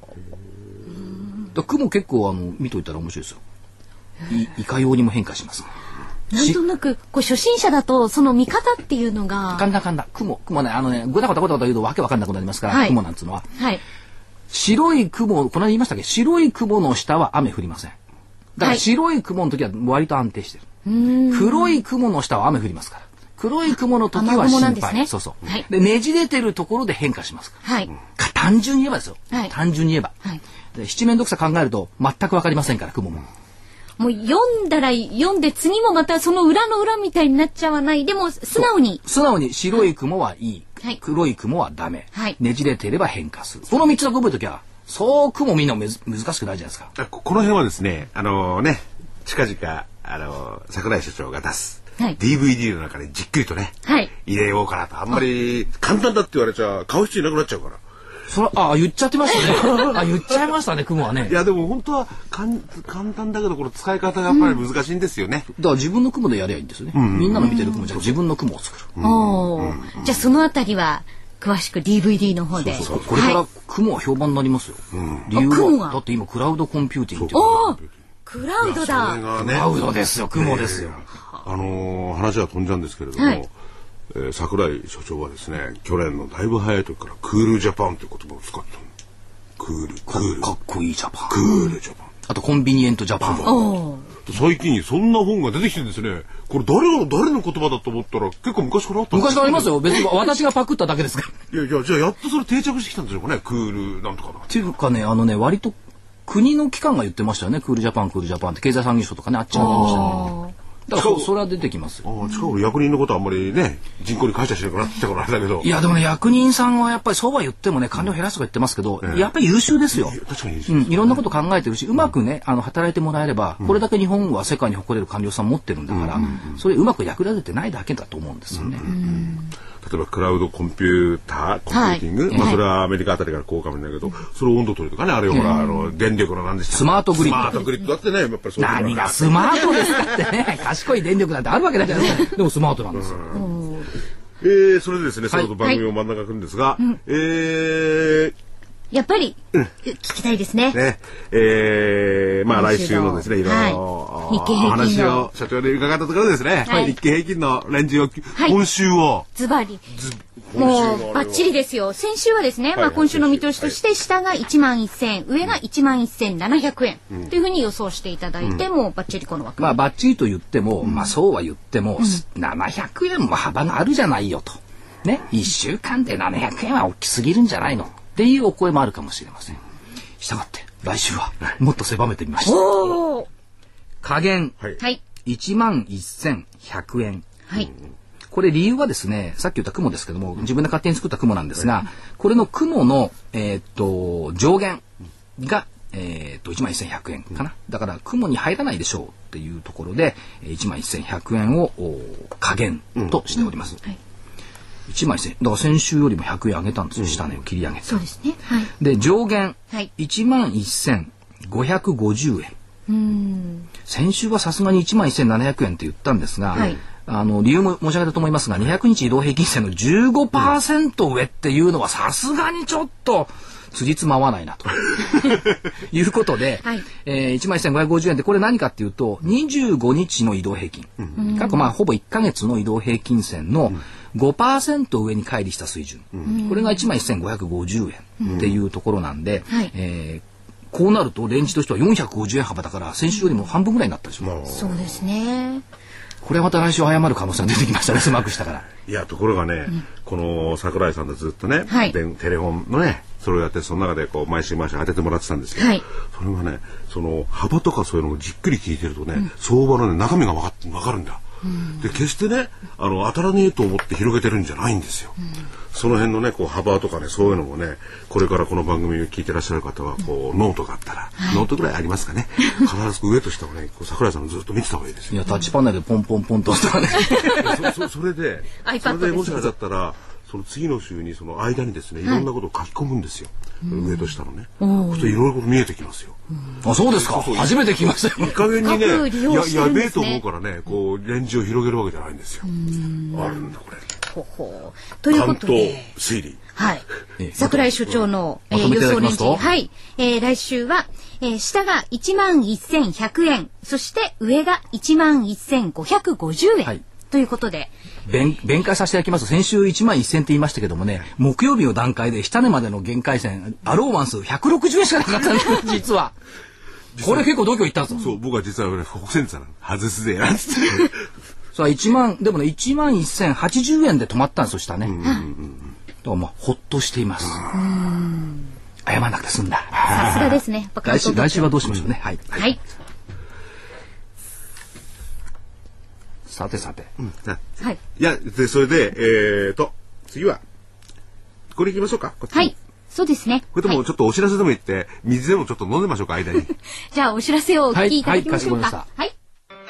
[SPEAKER 1] 雲結構見といたら面白いですよ。いかようにも変化します。
[SPEAKER 2] なんとなくこう初心者だとその見方っていうのが
[SPEAKER 1] 簡単雲ねぐたごた言うとわけわかんなくなりますから、はい、雲なんつうのは、はい、白い雲この間言いましたっけ、白い雲の下は雨降りません。だから白い雲の時は割と安定してる。黒い雲の下は雨降りますから。黒い雲の時は心配、ね、そうそう、はい、でねじれてるところで変化しますから、はい、単純に言えばですよ、はい、単純に言えば、はい、で七面倒くさ考えると全くわかりませんから雲も。
[SPEAKER 2] もう読んだら読んで次もまたその裏の裏みたいになっちゃわない。でも素直に
[SPEAKER 1] 白い雲はいい、はい、黒い雲はダメ、はい、ねじれていれば変化する。この3つを覚えるときはそう雲みんな難しくないじゃないですか。
[SPEAKER 3] この辺はですね近々櫻井所長が出す、はい、DVD の中でじっくりとね、はい、入れようかなと。あんまり簡単だって言われちゃ買う人いなくなっちゃうから。
[SPEAKER 1] 言っちゃってましたね。言っちゃいましたね、雲はね。
[SPEAKER 3] いやでも本当は簡単だけどこの使い方がやっぱり難しいんですよね。
[SPEAKER 1] だから自分の雲でやりゃいいんですよね。みんなの見てる雲じゃ自分の雲を作る。
[SPEAKER 2] じゃあそのあたりは詳しく DVD の方で。
[SPEAKER 1] そうこれから雲は評判になりますよ。理由はだって今クラウドコンピューティングっていう。
[SPEAKER 2] クラウドだ。
[SPEAKER 1] クラウドですよ、雲ですよ。
[SPEAKER 3] 話は飛んじゃうんですけれども。櫻井所長はですね、去年のだいぶ早い時からクールジャパンという言葉を使ってた。クール
[SPEAKER 1] かっこいいジャパン、
[SPEAKER 3] クールジャパン、
[SPEAKER 1] あとコンビニエントジャパン。
[SPEAKER 3] 最近そんな本が出てきてるんですね。これ誰の言葉だと思ったら結構昔からあった。
[SPEAKER 1] 昔からありますよ。別に私がパクっただけですから。
[SPEAKER 3] いやじゃあやっとそれ定着してきたんでしょうかね。クールなんとかなって
[SPEAKER 1] いうかね、割と国の機関が言ってましたよね。クールジャパンって経済産業省とかね、あっちが言ってましたね。だからそれは出てきますよ。
[SPEAKER 3] 近頃役人のことはあんまりね人口に感謝しなくなってきたからあれだけど。
[SPEAKER 1] いやでもね、役人さんはやっぱりそうは言ってもね、官僚減らすとか言ってますけど、やっぱり優秀ですよ。
[SPEAKER 3] 確かに
[SPEAKER 1] いろんなこと考えてるし、うまくね働いてもらえれば、これだけ日本は世界に誇れる官僚さん持ってるんだから、それうまく役立ててないだけだと思うんですよね。
[SPEAKER 3] 例えばクラウドコンピューティング、それはアメリカあたりから効果もないけど、それを温度取りとかね、あれほら電力の何でした
[SPEAKER 1] スマートグリッド。
[SPEAKER 3] スマートグリッドだってね、やっぱりそういう
[SPEAKER 1] 何がスマートですかってね。賢い電力なんてあるわけないじゃないですか。でもスマートなんですよ。
[SPEAKER 3] それでですね、その後番組を真ん中来るんですが、
[SPEAKER 2] やっぱり聞きたいですね。
[SPEAKER 3] 来週のですね、いろいろお話を社長に伺ったところですね、日経平均のレンジを今週を
[SPEAKER 2] ズバリもうバッチリですよ。先週はですね、今週の見通しとして下が11,000円、上が11,700円というふうに予想していただいて、もうバッチリこの枠。
[SPEAKER 1] バッチリと言っても、そうは言っても700円も幅があるじゃないよとね。1週間で700円は大きすぎるんじゃないのっていうお声もあるかもしれません。したがって来週はもっと狭めてみました。下限、11,100円。これ理由はですね、さっき言った雲ですけども、自分で勝手に作った雲なんですが、これの雲の、上限が、11,100円かな。だから雲に入らないでしょうっていうところで、11,100円を下限としております。11,000円。だから先週よりも100円上げたんですよ。下値を切り上げた。
[SPEAKER 2] そうですね。
[SPEAKER 1] で、上限、11,550円。先週はさすがに11,700円って言ったんですが、理由も申し上げたと思いますが、200日移動平均線の 15% 上っていうのはさすがにちょっと辻褄合わないなということで、11,550円でこれ何かっていうと25日の移動平均、過去ほぼ1ヶ月の移動平均線の 5% 上に乖離した水準、これが11,550円っていうところなんで、こうなるとレンジとしては450円幅だから先週よりも半分ぐらいになったでしょ。
[SPEAKER 2] そうですね。
[SPEAKER 1] これまた来週謝る可能性が出てきましたね。狭くしたから。
[SPEAKER 3] いやところがね、この櫻井さんとずっとね、テレフォンのねそれをやってその中でこう毎週当ててもらってたんですよ。それがね、その幅とかそういうのをじっくり聞いてるとね、相場のね中身が分かるんだ。で決してね当たらねえと思って広げてるんじゃないんですよ。その辺のねこう幅とかねそういうのもね、これからこの番組を聞いてらっしゃる方はこうノートがあったら、ノートぐらいありますかね。必ず上と下をね櫻井さんのずっと見てた方がいいですよ。
[SPEAKER 1] いやタッチパネルでポンポンポンと押したら
[SPEAKER 3] ねそれでもしあれだったらその次の週にその間にですねいろんなことを書き込むんですよ。上と下のね。そうするといろいろこと見えてきますよ。
[SPEAKER 1] あ、そうですか。初めて聞きましたよ。
[SPEAKER 3] いい加減にね、やべえと思うからね、こうレンジを広げるわけじゃないんですよ。あるんだこれ。
[SPEAKER 2] ということで、
[SPEAKER 3] 推理。
[SPEAKER 2] 櫻井所長の予想レンジ。来週は下が11,100円、そして上が11,550円、はい、ということで
[SPEAKER 1] 弁解させていただきますと、先週11,000って言いましたけどもね、木曜日の段階で下値までの限界線アローマンス160円しかなかったんです実は。これ結構度胸いったんですよ。
[SPEAKER 3] そう、僕は実はね、北センター外すぜなんつって。
[SPEAKER 1] そう、でもね、11,080円で止まったんですよ、下ね。だからまあ、ほっとしています。謝らなくて済んだ。
[SPEAKER 2] さすがですね。
[SPEAKER 1] 来週はどうしましょうね。はい。
[SPEAKER 2] はい。
[SPEAKER 1] さて。
[SPEAKER 3] はい。いや、で、それで、次は、これ行きましょうか。
[SPEAKER 2] はい。そうですね。
[SPEAKER 3] これでもちょっとお知らせでも言って、水でもちょっと飲んでましょうか、間に。
[SPEAKER 2] じゃあ、お知らせをお聞きいただきましょうか。
[SPEAKER 1] はい。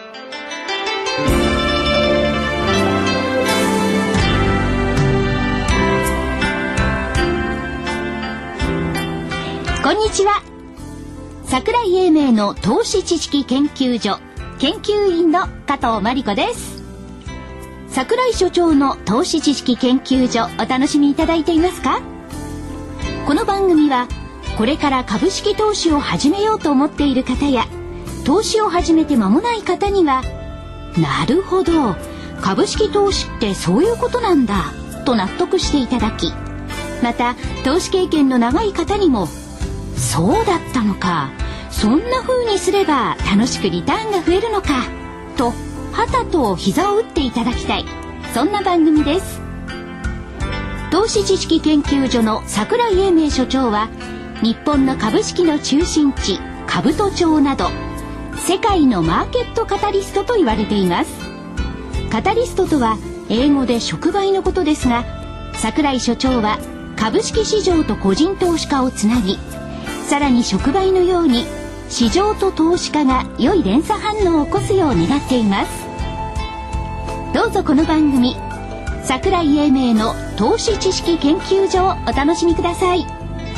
[SPEAKER 2] こんにちは。桜井英明の投資知識研究所研究員の加藤真理子です。桜井所長の投資知識研究所、お楽しみいただいていますか？この番組はこれから株式投資を始めようと思っている方や、投資を始めて間もない方には、なるほど、株式投資ってそういうことなんだと納得していただき、また投資経験の長い方にも、そうだったのか、そんな風にすれば楽しくリターンが増えるのかと、はたと膝を打っていただきたい、そんな番組です。投資知識研究所の桜井英明所長は、日本の株式の中心地兜町など世界のマーケットカタリストと言われています。カタリストとは英語で触媒のことですが、桜井所長は株式市場と個人投資家をつなぎ、さらに触媒のように市場と投資家が良い連鎖反応を起こすよう願っています。どうぞこの番組、桜井英明の投資知識研究所をお楽しみください。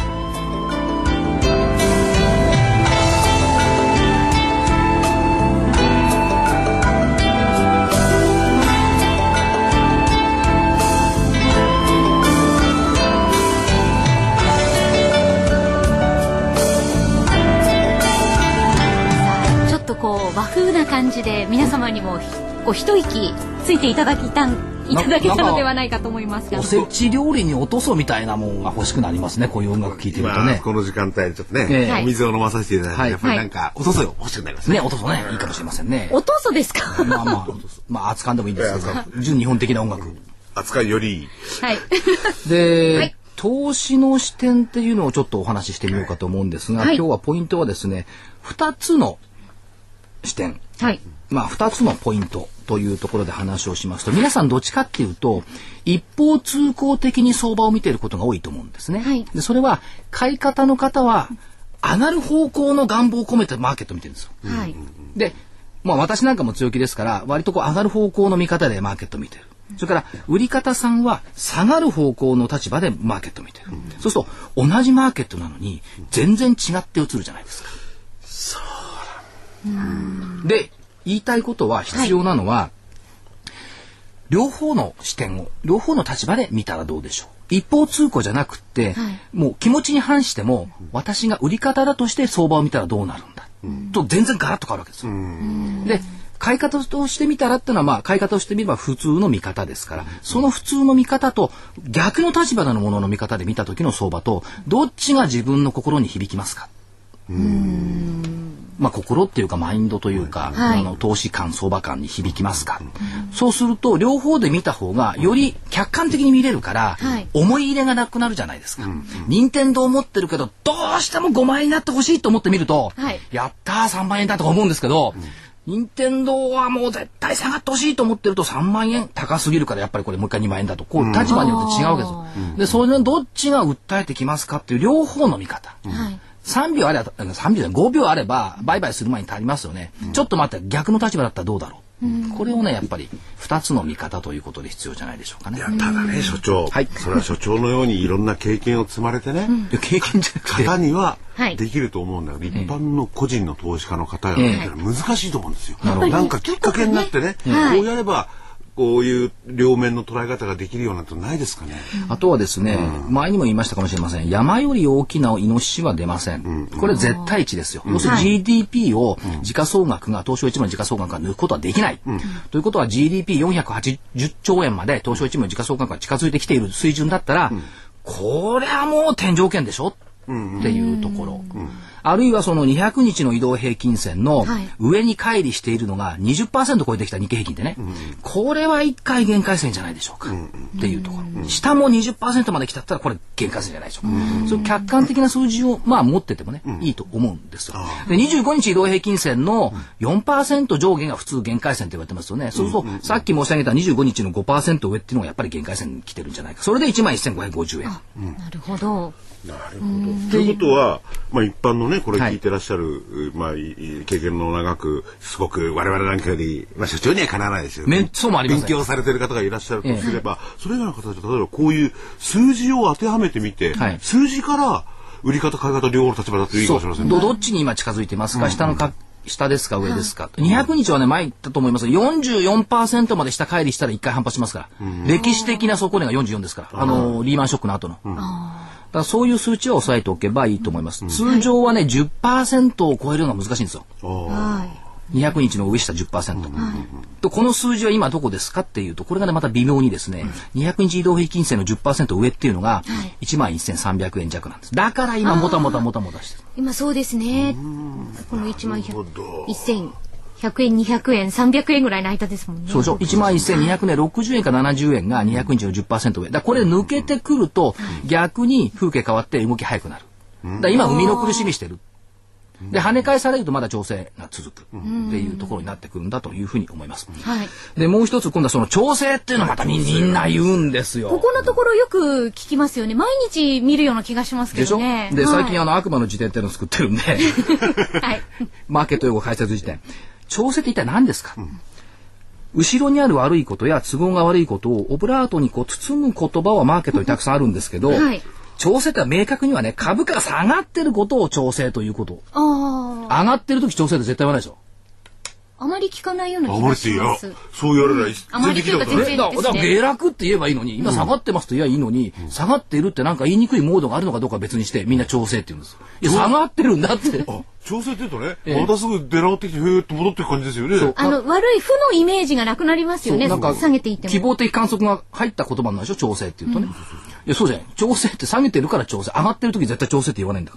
[SPEAKER 2] ちょっとこう和風な感じで、皆様にもこう一息ついていただけたのではないかと思いますが、
[SPEAKER 1] おせち料理に落とそうみたいなもんが欲しくなりますね、こういう音楽聴いてるとね。
[SPEAKER 3] この時間帯ちょっとね、お水を飲まさせていただいて、やっぱりなんか落とそうよ欲しくなりますね。
[SPEAKER 1] 落とそうね、いいかもしれませんね。
[SPEAKER 2] 落とそうですか。
[SPEAKER 1] まあ扱んでもいいんですけど、純日本的な音楽。
[SPEAKER 3] 扱いよりいい。
[SPEAKER 2] はい。
[SPEAKER 1] で、投資の視点っていうのをちょっとお話ししてみようかと思うんですが、今日はポイントはですね、2つの視点。
[SPEAKER 2] はい。
[SPEAKER 1] 2つのポイントというところで話をしますと、皆さんどっちかっていうと一方通行的に相場を見ていることが多いと思うんですね。
[SPEAKER 2] はい、
[SPEAKER 1] でそれは買い方の方は上がる方向の願望を込めてマーケットを見てるんですよ。
[SPEAKER 2] はい、
[SPEAKER 1] で、私なんかも強気ですから、割とこう上がる方向の見方でマーケットを見てる。それから売り方さんは下がる方向の立場でマーケットを見てる。そうすると同じマーケットなのに全然違って映るじゃないですか。そうで、言いたいことは、必要なのは、両方の視点を両方の立場で見たらどうでしょう。一方通行じゃなくって、もう気持ちに反しても、私が売り方だとして相場を見たらどうなるんだ、と全然ガラッと変わるわけですよ。で、買い方としてみたらっていうのは、買い方としてみれば普通の見方ですから、その普通の見方と逆の立場のものの見方で見た時の相場と、どっちが自分の心に響きますか。心っていうかマインドというか、投資感相場感に響きますか。そうすると両方で見た方がより客観的に見れるから、思い入れがなくなるじゃないですか。任天堂持ってるけどどうしても5万円になってほしいと思ってみると、やったー3万円だとか思うんですけど、任天堂はもう絶対下がってほしいと思ってると3万円高すぎるからやっぱりこれもう一回2万円だと、こう立場によって違うわけですよ。で、それのどっちが訴えてきますかっていう両方の見方。3秒あれば、5秒あれば売買する前に足りますよね。ちょっと待って、逆の立場だったらどうだろう。これをね、やっぱり2つの見方ということで必要じゃないでしょうかね。
[SPEAKER 3] いや、ただね、所長、それは所長のようにいろんな経験を積まれてね、
[SPEAKER 1] 経験じゃなくて
[SPEAKER 3] 方にはできると思うんだけど、一般の個人の投資家の方や難しいと思うんですよ。なんかきっかけになってね、こうやればこういう両面の捉え方ができるようなとないですかね。
[SPEAKER 1] あとはですね、前にも言いましたかもしれません。山より大きなイノシシは出ません。これ絶対値ですよ。要するに GDP を時価総額が東証一部の時価総額が抜くことはできない。ということは GDP480 兆円まで東証一部の時価総額が近づいてきている水準だったら、これはもう天井圏でしょっていうところ。あるいはその200日の移動平均線の上に乖離しているのが 20% 超えてきた日経平均でね、これは一回限界線じゃないでしょうかっていうところ。下も 20% まで来たったらこれ限界線じゃないでしょうか。そういう客観的な数字を持っててもね、いいと思うんですよ。で、25日移動平均線の 4% 上下が普通限界線って言われてますよね。そうするとさっき申し上げた25日の 5% 上っていうのがやっぱり限界線に来てるんじゃないか。それで 11,550円。
[SPEAKER 2] なるほど。
[SPEAKER 3] なるほど。ということは、一般のね、これ聞いてらっしゃる、経験の長く、すごく我々なんかより、所長にはかなわないですよね。
[SPEAKER 1] そうもあります。
[SPEAKER 3] 勉強されてる方がいらっしゃるとすれば、それ以外の方たちは、例えばこういう数字を当てはめてみて、数字から売り方、買い方、両方の立場だといいかもしれませんね。
[SPEAKER 1] どっちに今近づいてますか、下ですか上ですか、200日はね前言ったと思いますが 44% まで下乖離したら1回反発しますから、歴史的な底値が44ですから、リーマンショックの後の、だからそういう数値を押さえておけばいいと思います。通常はね 10% を超えるのが難しいんですよ。200日の上下 10%、とこの数字は今どこですかっていうと、これがねまた微妙にですね、200日移動平均線の 10% 上っていうのが 11,300 円弱なんです。だから今もたもたしてる。
[SPEAKER 2] 今そうですね。この11,100円、200円、300円ぐらいの間ですもんね。
[SPEAKER 1] そうでしょ。11,200円、60円か70円が200日の 10% 上。だこれ抜けてくると逆に風景変わって動き早くなる。だ今生みの苦しみしてる。で跳ね返されるとまだ調整が続くっていうところになってくるんだというふうに思います。でもう一つ今度はその調整っていうのはまたみんな言うんですよ。
[SPEAKER 2] ここのところよく聞きますよね。毎日見るような気がしますけどね。
[SPEAKER 1] でしょ。で最近悪魔の辞典っていうのを作ってるんで、マーケット用語解説辞典。調整って一体何ですか、後ろにある悪いことや都合が悪いことをオブラートに包む言葉はマーケットにたくさんあるんですけど、調整って明確にはね、株価が下がってることを調整ということ。上がってる時調整って絶対言わないでしょ。
[SPEAKER 2] あまり聞かないような気がします。
[SPEAKER 3] そう言われない。
[SPEAKER 2] あまり聞か全然
[SPEAKER 1] だから下落って言えばいいのに、今下がってますと言えばいいのに、下がっているってなんか言いにくいモードがあるのかどうかは別にしてみんな調整って言うんです。いや下がってるんだって。
[SPEAKER 3] 調整って言うとね、またすぐ出直ってきてふーっと戻っていく感じですよね。
[SPEAKER 2] 悪い負のイメージがなくなりますよね。下げていっても。
[SPEAKER 1] 希望的観測が入った言葉なんでしょ、調整って言うとね。いやそうじゃない。調整って下げてるから調整。上がってる時絶対調整って言わないんだから。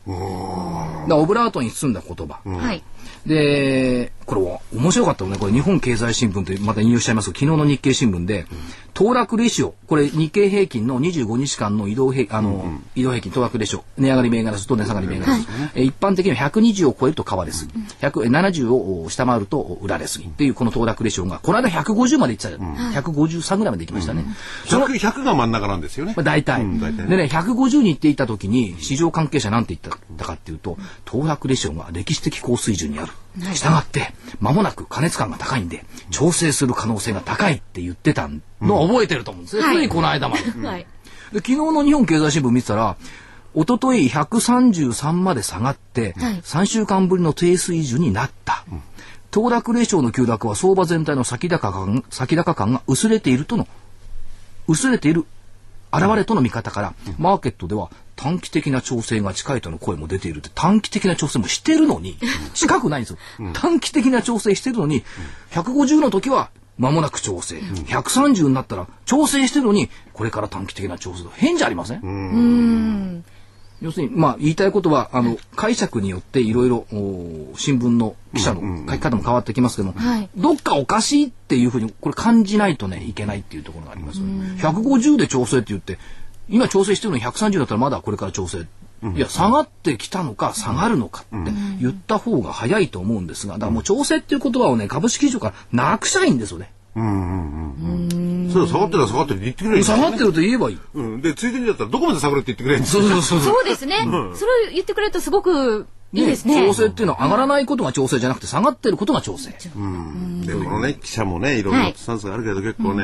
[SPEAKER 1] だからオブラートに包んだ言葉。でこれ面白かったのね。これ日本経済新聞とまた引用しちゃいますけど、昨日の日経新聞で騰落レシオ、これ日経平均の25日間の移動平均騰落レシオ、値上がり銘柄数と値下がり銘柄数、一般的には120を超えると買われすぎ、170を下回ると売られすぎっていうこの騰落レシオがこの間150までいってた、153ぐらいまでいきましたね。
[SPEAKER 3] 100が真ん中なんですよね。
[SPEAKER 1] 大体。でね、150に行っていた時に市場関係者なんて言ったかっていうと、騰落レシオが歴史的高水準にある。したがって間もなく過熱感が高いんで調整する可能性が高いって言ってたのを覚えてると思うんですね。ついこの間まで。で昨日の日本経済新聞見てたら、一昨日133まで下がって3週間ぶりの低水準になった。騰落レシオの急落は相場全体の先高感が薄れている現れとの見方から、マーケットでは短期的な調整が近いとの声も出ているって、短期的な調整もしてるのに近くないんですよ。短期的な調整してるのに150の時は間もなく調整、130になったら調整してるのにこれから短期的な調整、変じゃありません？要するに言いたいことは解釈によっていろいろ新聞の記者の書き方も変わってきますけども、どっかおかしいっていうふうにこれ感じないとねいけないっていうところがありますよね。150で調整って言って今調整してるのに130だったらまだこれから調整、いや下がってきたのか下がるのかって言った方が早いと思うんですが、だからもう調整っていう言葉をね株式市場からなくしゃいいんですよね。そ
[SPEAKER 3] れ下がってる下がってるって言ってくれる、
[SPEAKER 1] 下がってると言えばいい。
[SPEAKER 3] でついでにだったらどこまで下がるって言ってくれる。
[SPEAKER 2] そうですね。それを言ってくれるとすごくいいですね。
[SPEAKER 1] 調整っていうのは上がらないことが調整じゃなくて下がってることが調整。
[SPEAKER 3] でこのね記者もねいろんなスタンスがあるけど結構ね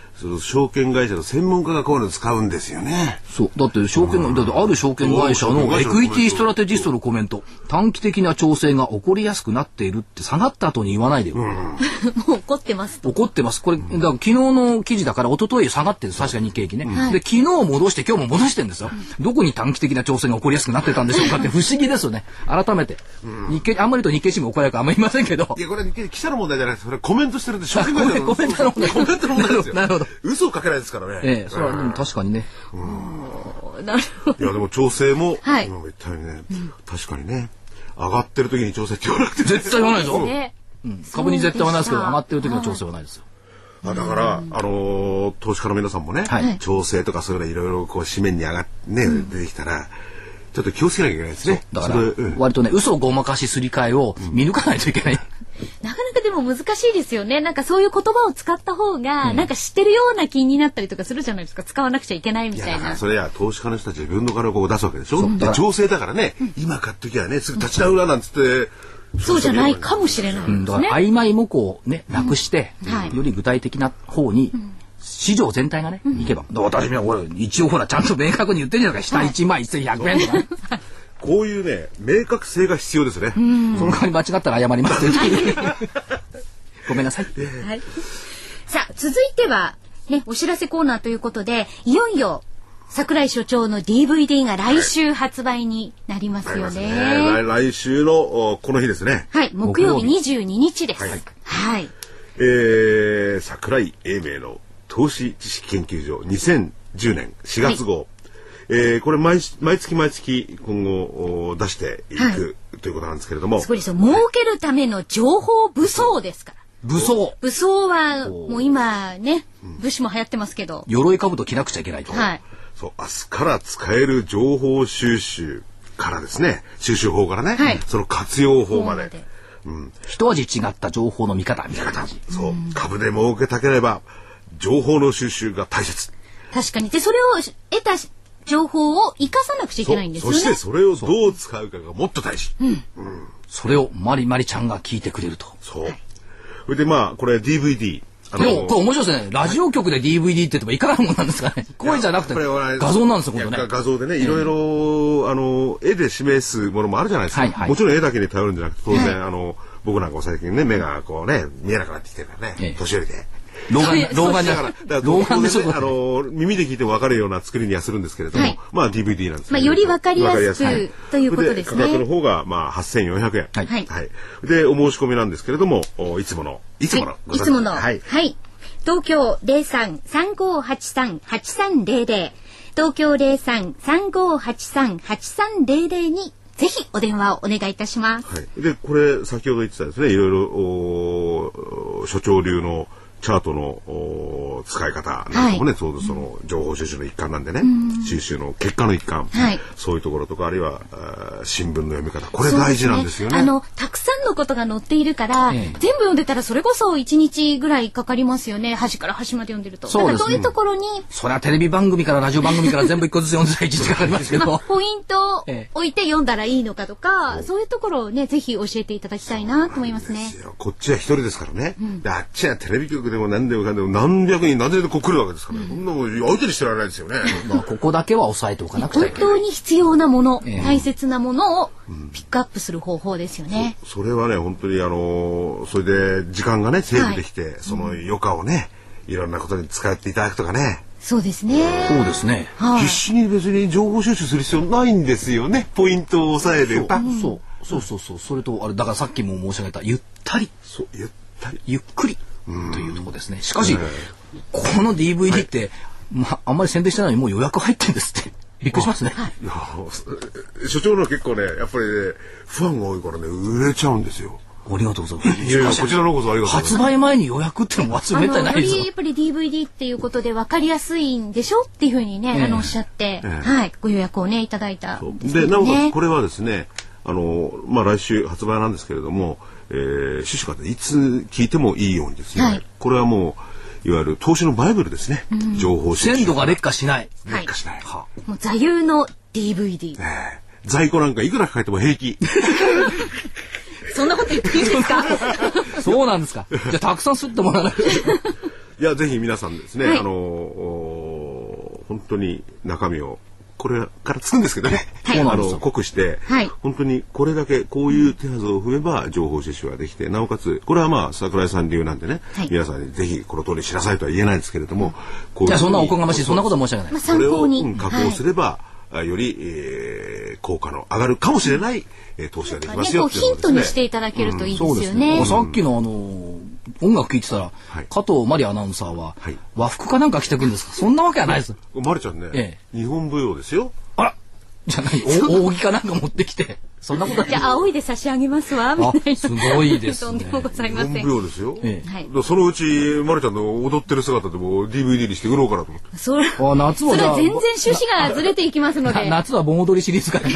[SPEAKER 3] その証券会社の専門家がこういうの使うんですよね。
[SPEAKER 1] そうだってだってある証券会社のエクイティストラテジストのコメント、短期的な調整が起こりやすくなっているって下がった後に言わないでよ、
[SPEAKER 2] もう怒ってます
[SPEAKER 1] 怒ってます。これだから昨日の記事だから一昨日下がってるんです。確かに日経平均ね、で昨日戻して今日も戻してるんですよ、どこに短期的な調整が起こりやすくなってたんでしょうかって不思議ですよね。改めて、日経あんまりと日経新聞怒られるかあんまり言いませんけど、
[SPEAKER 3] いやこれ日経記者の問題じゃないです。それコメントしてるんで証券会社の
[SPEAKER 1] コメントの問題
[SPEAKER 3] ですよ。
[SPEAKER 1] なるほど。
[SPEAKER 3] 嘘をかけないですからね。
[SPEAKER 1] それはでも確かにね。
[SPEAKER 2] なるほど。
[SPEAKER 3] いやでも調整も、
[SPEAKER 2] はい、
[SPEAKER 3] 今も言ったようにね、確かにね、上がってる時に調整って言わなくて
[SPEAKER 1] 絶対言わないでしょ。
[SPEAKER 2] ね、
[SPEAKER 1] 株に絶対言わないですけど、上がってる時の調整はないですよ。
[SPEAKER 3] だから投資家の皆さんもね、調整とかそういうのいろいろこう紙面に上がってね、出てきたらちょっと気をつけなきゃいけないですね。
[SPEAKER 1] だから割とね、嘘をごまかしすり替えを見抜かないといけない。
[SPEAKER 2] なかなかでも難しいですよね。なんかそういう言葉を使った方が、なんか知ってるような気になったりとかするじゃないですか。使わなくちゃいけないみたいな。
[SPEAKER 3] いやそれや投資家の人たち自分の金をこう出すわけでしょ。で調整だからね、今買っときゃねすぐ立ち直らなんつって。
[SPEAKER 2] そうじゃないかもしれないですね。
[SPEAKER 1] だから曖昧模倣をねなくして、より具体的な方に、市場全体がね、いけば。私は俺一応ほらちゃんと明確に言ってるじゃないですか。下1万1100円とか。
[SPEAKER 3] こういうね明確性が必要ですね。
[SPEAKER 1] その代わり間違ったら謝りますごめんなさい。
[SPEAKER 2] はい。さあ続いてはねお知らせコーナーということで、いよいよ櫻井所長の DVD が来週発売になりますよね。
[SPEAKER 3] 来週のこの日ですね。
[SPEAKER 2] はい、木曜日22日です。はい。
[SPEAKER 3] 櫻井英明の投資知識研究所2010年4月号。これ毎月今後出していくということなんですけれども。
[SPEAKER 2] すごいですよ。儲けるための情報武装ですから。
[SPEAKER 1] 武装
[SPEAKER 2] はもう今ね、武士も流行ってますけど。
[SPEAKER 1] 鎧兜着なくちゃいけないと。
[SPEAKER 2] はい。
[SPEAKER 3] そう明日から使える情報収集からですね、収集法からね、その活用法まで、
[SPEAKER 1] 一味違った情報の見方みたいな感じ。
[SPEAKER 3] そう株で儲けたければ情報の収集が大切。
[SPEAKER 2] 確かに。でそれを得た情報を生かさなくちゃいけないんですよね。
[SPEAKER 3] そしてそれをどう使うかがもっと大事。
[SPEAKER 1] それをマリちゃんが聞いてくれると。
[SPEAKER 3] そう。それでまあこれ DVD。
[SPEAKER 1] これ面白いですね。ラジオ局で DVD って言ってもいかなるもんなんですかね。声じゃなくて画像なんですよ、今度ね。
[SPEAKER 3] 画像でね、いろいろ絵で示すものもあるじゃないですか。もちろん絵だけに頼るんじゃなくて、当然僕なんか最近ね目がこうね見えなくなってきてるからね、年寄りで。
[SPEAKER 1] 老眼だから老眼でしょ。
[SPEAKER 3] 耳で聞いても分かるような作りにはするんですけれども、まあ DVD なんですね。
[SPEAKER 2] より分かりやすくということですね。
[SPEAKER 3] 価格の方がまあ8400円。はい。でお申し込みなんですけれども、いつもの
[SPEAKER 2] はい。東京03-3583-8300、東京03-3583-8300にぜひお電話をお願いいたします。
[SPEAKER 3] でこれ先ほど言ってたですね、いろいろ所長流のチャートの使い方なんかもね、その情報収集の一環なんでね、収集の結果の一環、そういうところとか、あるいは新聞の読み方、これ大事なんですよね。
[SPEAKER 2] たくさんのことが載っているから、全部読んでたらそれこそ1日ぐらいかかりますよね。端から端まで読んでると。そういうところに、
[SPEAKER 1] それはテレビ番組からラジオ番組から全部一個ずつ読んでたら1日かかりますけど、
[SPEAKER 2] ポイントを置いて読んだらいいのかとか、そういうところをねぜひ教えていただきたいなと思いますね。
[SPEAKER 3] こっちは一人ですからね。あっちはテレビ局でも何でもかんでも何百人何千人こう来るわけですから、そんなもん相手にしてられないですよね。
[SPEAKER 1] ここだけは抑えておかなくちゃいけない。
[SPEAKER 2] 本当に必要なもの、大切なものをピックアップする方法ですよね。
[SPEAKER 3] それはね本当にそれで時間がねセーブできて、その余暇をねいろんなことに使っていただくとかね。
[SPEAKER 2] そうですね。
[SPEAKER 1] そうですね。
[SPEAKER 3] 必死に別に情報収集する必要ないんですよね。ポイントを抑えれば。
[SPEAKER 1] そうそれとだからさっきも申し上げたゆったり、ゆっくりというところですね。しかしこの DVD ってあんまり宣伝してないのにもう予約入ってんですって。びっくりしますね。
[SPEAKER 3] 所長の結構ねやっぱりねファンが多いからね売れちゃうんですよ。
[SPEAKER 1] ありがとうございます。
[SPEAKER 3] いやこちらのこそありがとうございます。
[SPEAKER 1] 発売前に予約ってのもめったにないですよ。
[SPEAKER 2] やっぱり DVD っていうことで分かりやすいんでしょっていうふうにね、おっしゃって、ご予約をねいただいたんですけどね。
[SPEAKER 3] でなおかつこれはですね来週発売なんですけれども、趣旨からいつ聞いてもいいようにですね、これはもういわゆる投資のバイブルですね。情報収集
[SPEAKER 1] 鮮度が劣化しない。
[SPEAKER 3] 劣化しない。
[SPEAKER 2] もう座右の DVD。
[SPEAKER 3] 在庫なんかいくら抱えても平気。
[SPEAKER 2] そんなこと言っていいんですか。
[SPEAKER 1] そうなんですか。じゃあたくさん吸ってもらわないと。
[SPEAKER 3] いやぜひ皆さんですね、はい、本当に中身をこれからつくんですけどね、はい、濃くして、はい、本当にこれだけこういう手はずを踏めば情報収集ができて、なおかつこれはまあ桜井さん流なんでね、はい、皆さんにぜひこの通りしなさいとは言えないんですけれども、
[SPEAKER 1] いやそんなおこがましいそんなことは申し訳ない、
[SPEAKER 3] それを加工すれば、より、効果の上がるかもしれない、投資ができますよっていう
[SPEAKER 2] ヒントにしていただけるといいですよね。
[SPEAKER 1] さっきの音楽聴いてたら、はい、加藤真理アナウンサーは、はい、和服かなんか着てくんですか？そんなわけはないです。
[SPEAKER 3] まりちゃんね、日本舞踊ですよ。
[SPEAKER 1] あら、じゃあ何扇かなんか持ってきて。そんなこと
[SPEAKER 2] じゃあ仰いで差し上げますわみたいな。
[SPEAKER 1] すごいですね。
[SPEAKER 2] とんでもございません。
[SPEAKER 3] 日本舞踊ですよ。そのうちまりちゃんの踊ってる姿でも DVD にして売ろうかなと思って。
[SPEAKER 2] それは全然趣旨がずれていきますので。
[SPEAKER 1] 夏は盆踊りシリーズから。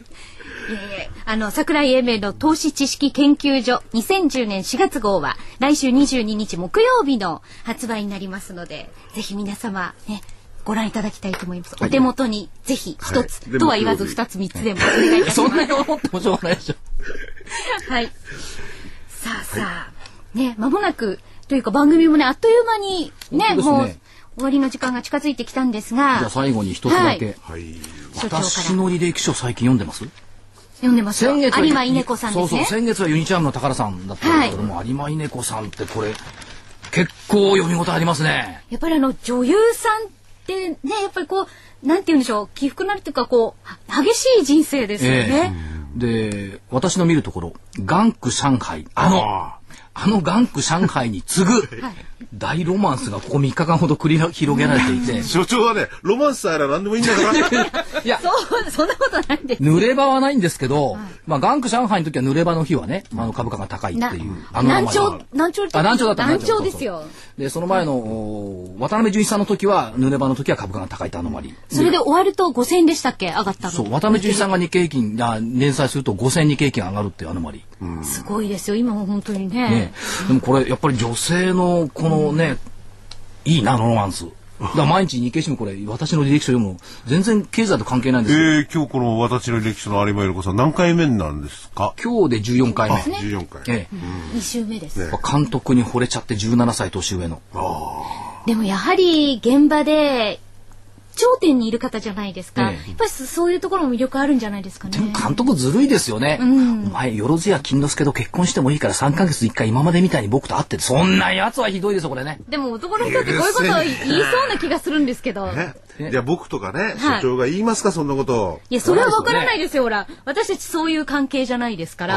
[SPEAKER 2] 桜井英明の投資知識研究所2010年4月号は来週22日木曜日の発売になりますので、ぜひ皆様ねご覧いただきたいと思います。お手元にぜひ一つ、とは言わず2つ3つでもお願いいたします。
[SPEAKER 1] そんなに思ってもしょうがないでしょ。
[SPEAKER 2] はい。さあね、間もなくというか番組もねあっという間にねもう終わりの時間が近づいてきたんですが、
[SPEAKER 1] じゃあ最後に一つだけ、はい、私の履歴書最近読んでます？
[SPEAKER 2] 読んでますよ。有馬稲子さんですね。
[SPEAKER 1] そう先月はユニチャームの宝さんだったんですけども、有馬稲子さんってこれ結構読み応えありますね。
[SPEAKER 2] やっぱり女優さんってね、やっぱりこうなんて言うんでしょう、起伏なるというかこう激しい人生ですよね。
[SPEAKER 1] で私の見るところガンク上海あのガンク上海に次ぐ大ロマンスがここ3日間ほど繰り広げられていて、
[SPEAKER 3] 所長はねロマンスさえら何でもいいんだから
[SPEAKER 2] いやそんなことないんです。
[SPEAKER 1] 濡れ場はないんですけど、まあガンク上海の時は濡れ場の日はね株価が高いっていう
[SPEAKER 2] 難聴ですよ。
[SPEAKER 1] でその前の渡辺淳一さんの時は濡れ場の時は株価が高いってアノマリ。
[SPEAKER 2] それで終わると5000円でしたっけ、上がったの。
[SPEAKER 1] そう渡辺淳一さんが日経平均連載すると5000日経平均上がるっていうアノマリ。
[SPEAKER 2] すごいですよ今も本当にね。
[SPEAKER 1] でもこれやっぱり女性のこのね、いいなロマンス。だ毎日日経新聞これ私の履歴書読む全然経済と関係ないんですよ。
[SPEAKER 3] 今日この私の履歴書の有馬稲子さん何回目なんですか？
[SPEAKER 1] 今日で14回目。
[SPEAKER 3] 14回。
[SPEAKER 2] 2週目です。
[SPEAKER 1] 監督に惚れちゃって17歳年上の。
[SPEAKER 2] でもやはり現場で頂点にいる方じゃないですか。やっぱりそういうところも魅力あるんじゃないですかね。
[SPEAKER 1] でも監督ずるいですよね。お前よろずや金之助と結婚してもいいから3ヶ月1回今までみたいに僕と会ってて、そんなやつはひどいですよこれね。
[SPEAKER 2] でも男の人ってこういうことを言いそうな気がするんですけど。
[SPEAKER 3] いや僕とかね所長が言いますかそんなこと。
[SPEAKER 2] いやそれはわからないですよ。ほら私たちそういう関係じゃないですから、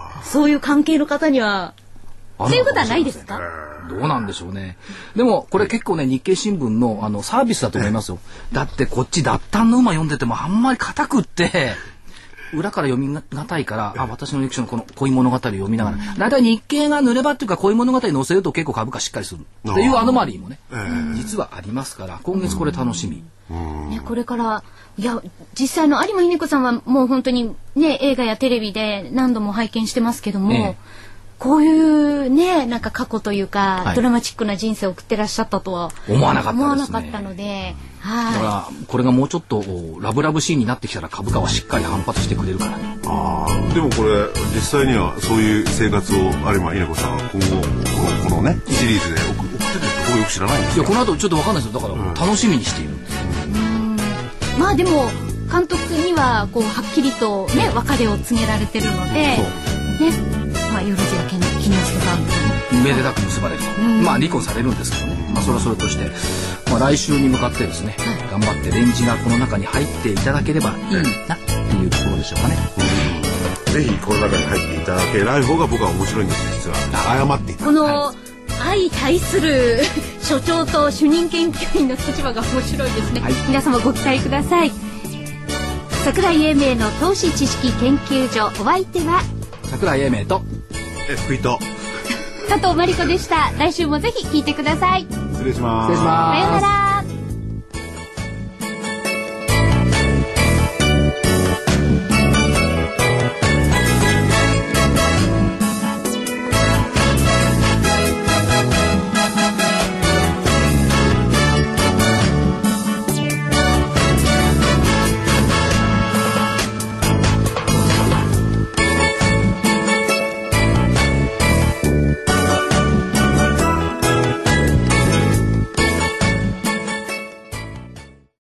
[SPEAKER 2] そういう関係の方にはそういうことはないですか？
[SPEAKER 1] どうなんでしょうね。でもこれ結構ね日経新聞のサービスだと思いますよ。だってこっち脱炭の馬読んでてもあんまり硬くって裏から読みがたいから、私の歴史のこの恋物語を読みながら、だいたい日経が濡れ場っていうか恋物語載せると結構株価しっかりするっていうアノマリーもね、実はありますから今月これ楽しみ。
[SPEAKER 2] ね、これからいや実際の有馬稲子さんはもう本当にね映画やテレビで何度も拝見してますけども。こういうねなんか過去というか、ドラマチックな人生を送ってらっしゃったとは
[SPEAKER 1] 思わなかった
[SPEAKER 2] ので、
[SPEAKER 1] だからこれがもうちょっとラブラブシーンになってきたら株価はしっかり反発してくれるからね。
[SPEAKER 3] でもこれ実際にはそういう生活を有馬稲子さんは今後このねシリーズで送ってるってよく知らないんですよ。
[SPEAKER 1] いやこの後ちょっと分かんないですよ。だから楽しみにしている。
[SPEAKER 2] まあでも監督にはこうはっきりとね別れを告げられてるのでね。よろずや金之助さん
[SPEAKER 1] めでたく結ばれる、離婚されるんですけどね、それはそれとして、来週に向かってですね、頑張ってレンジがこの中に入っていただければいいなっていうところでしょうかね。
[SPEAKER 3] ぜひこの中に入っていただけない方が僕は面白いんです実は。謝っていただ
[SPEAKER 2] この相対する所長と主任研究員の立場が面白いですね、皆様ご期待ください。桜井英明の投資知識研究所、お相手は
[SPEAKER 1] 桜井英明と
[SPEAKER 3] 福井と
[SPEAKER 2] 加藤真理子でした。来週もぜひ聞いてください。
[SPEAKER 3] 失礼します。
[SPEAKER 2] さようなら。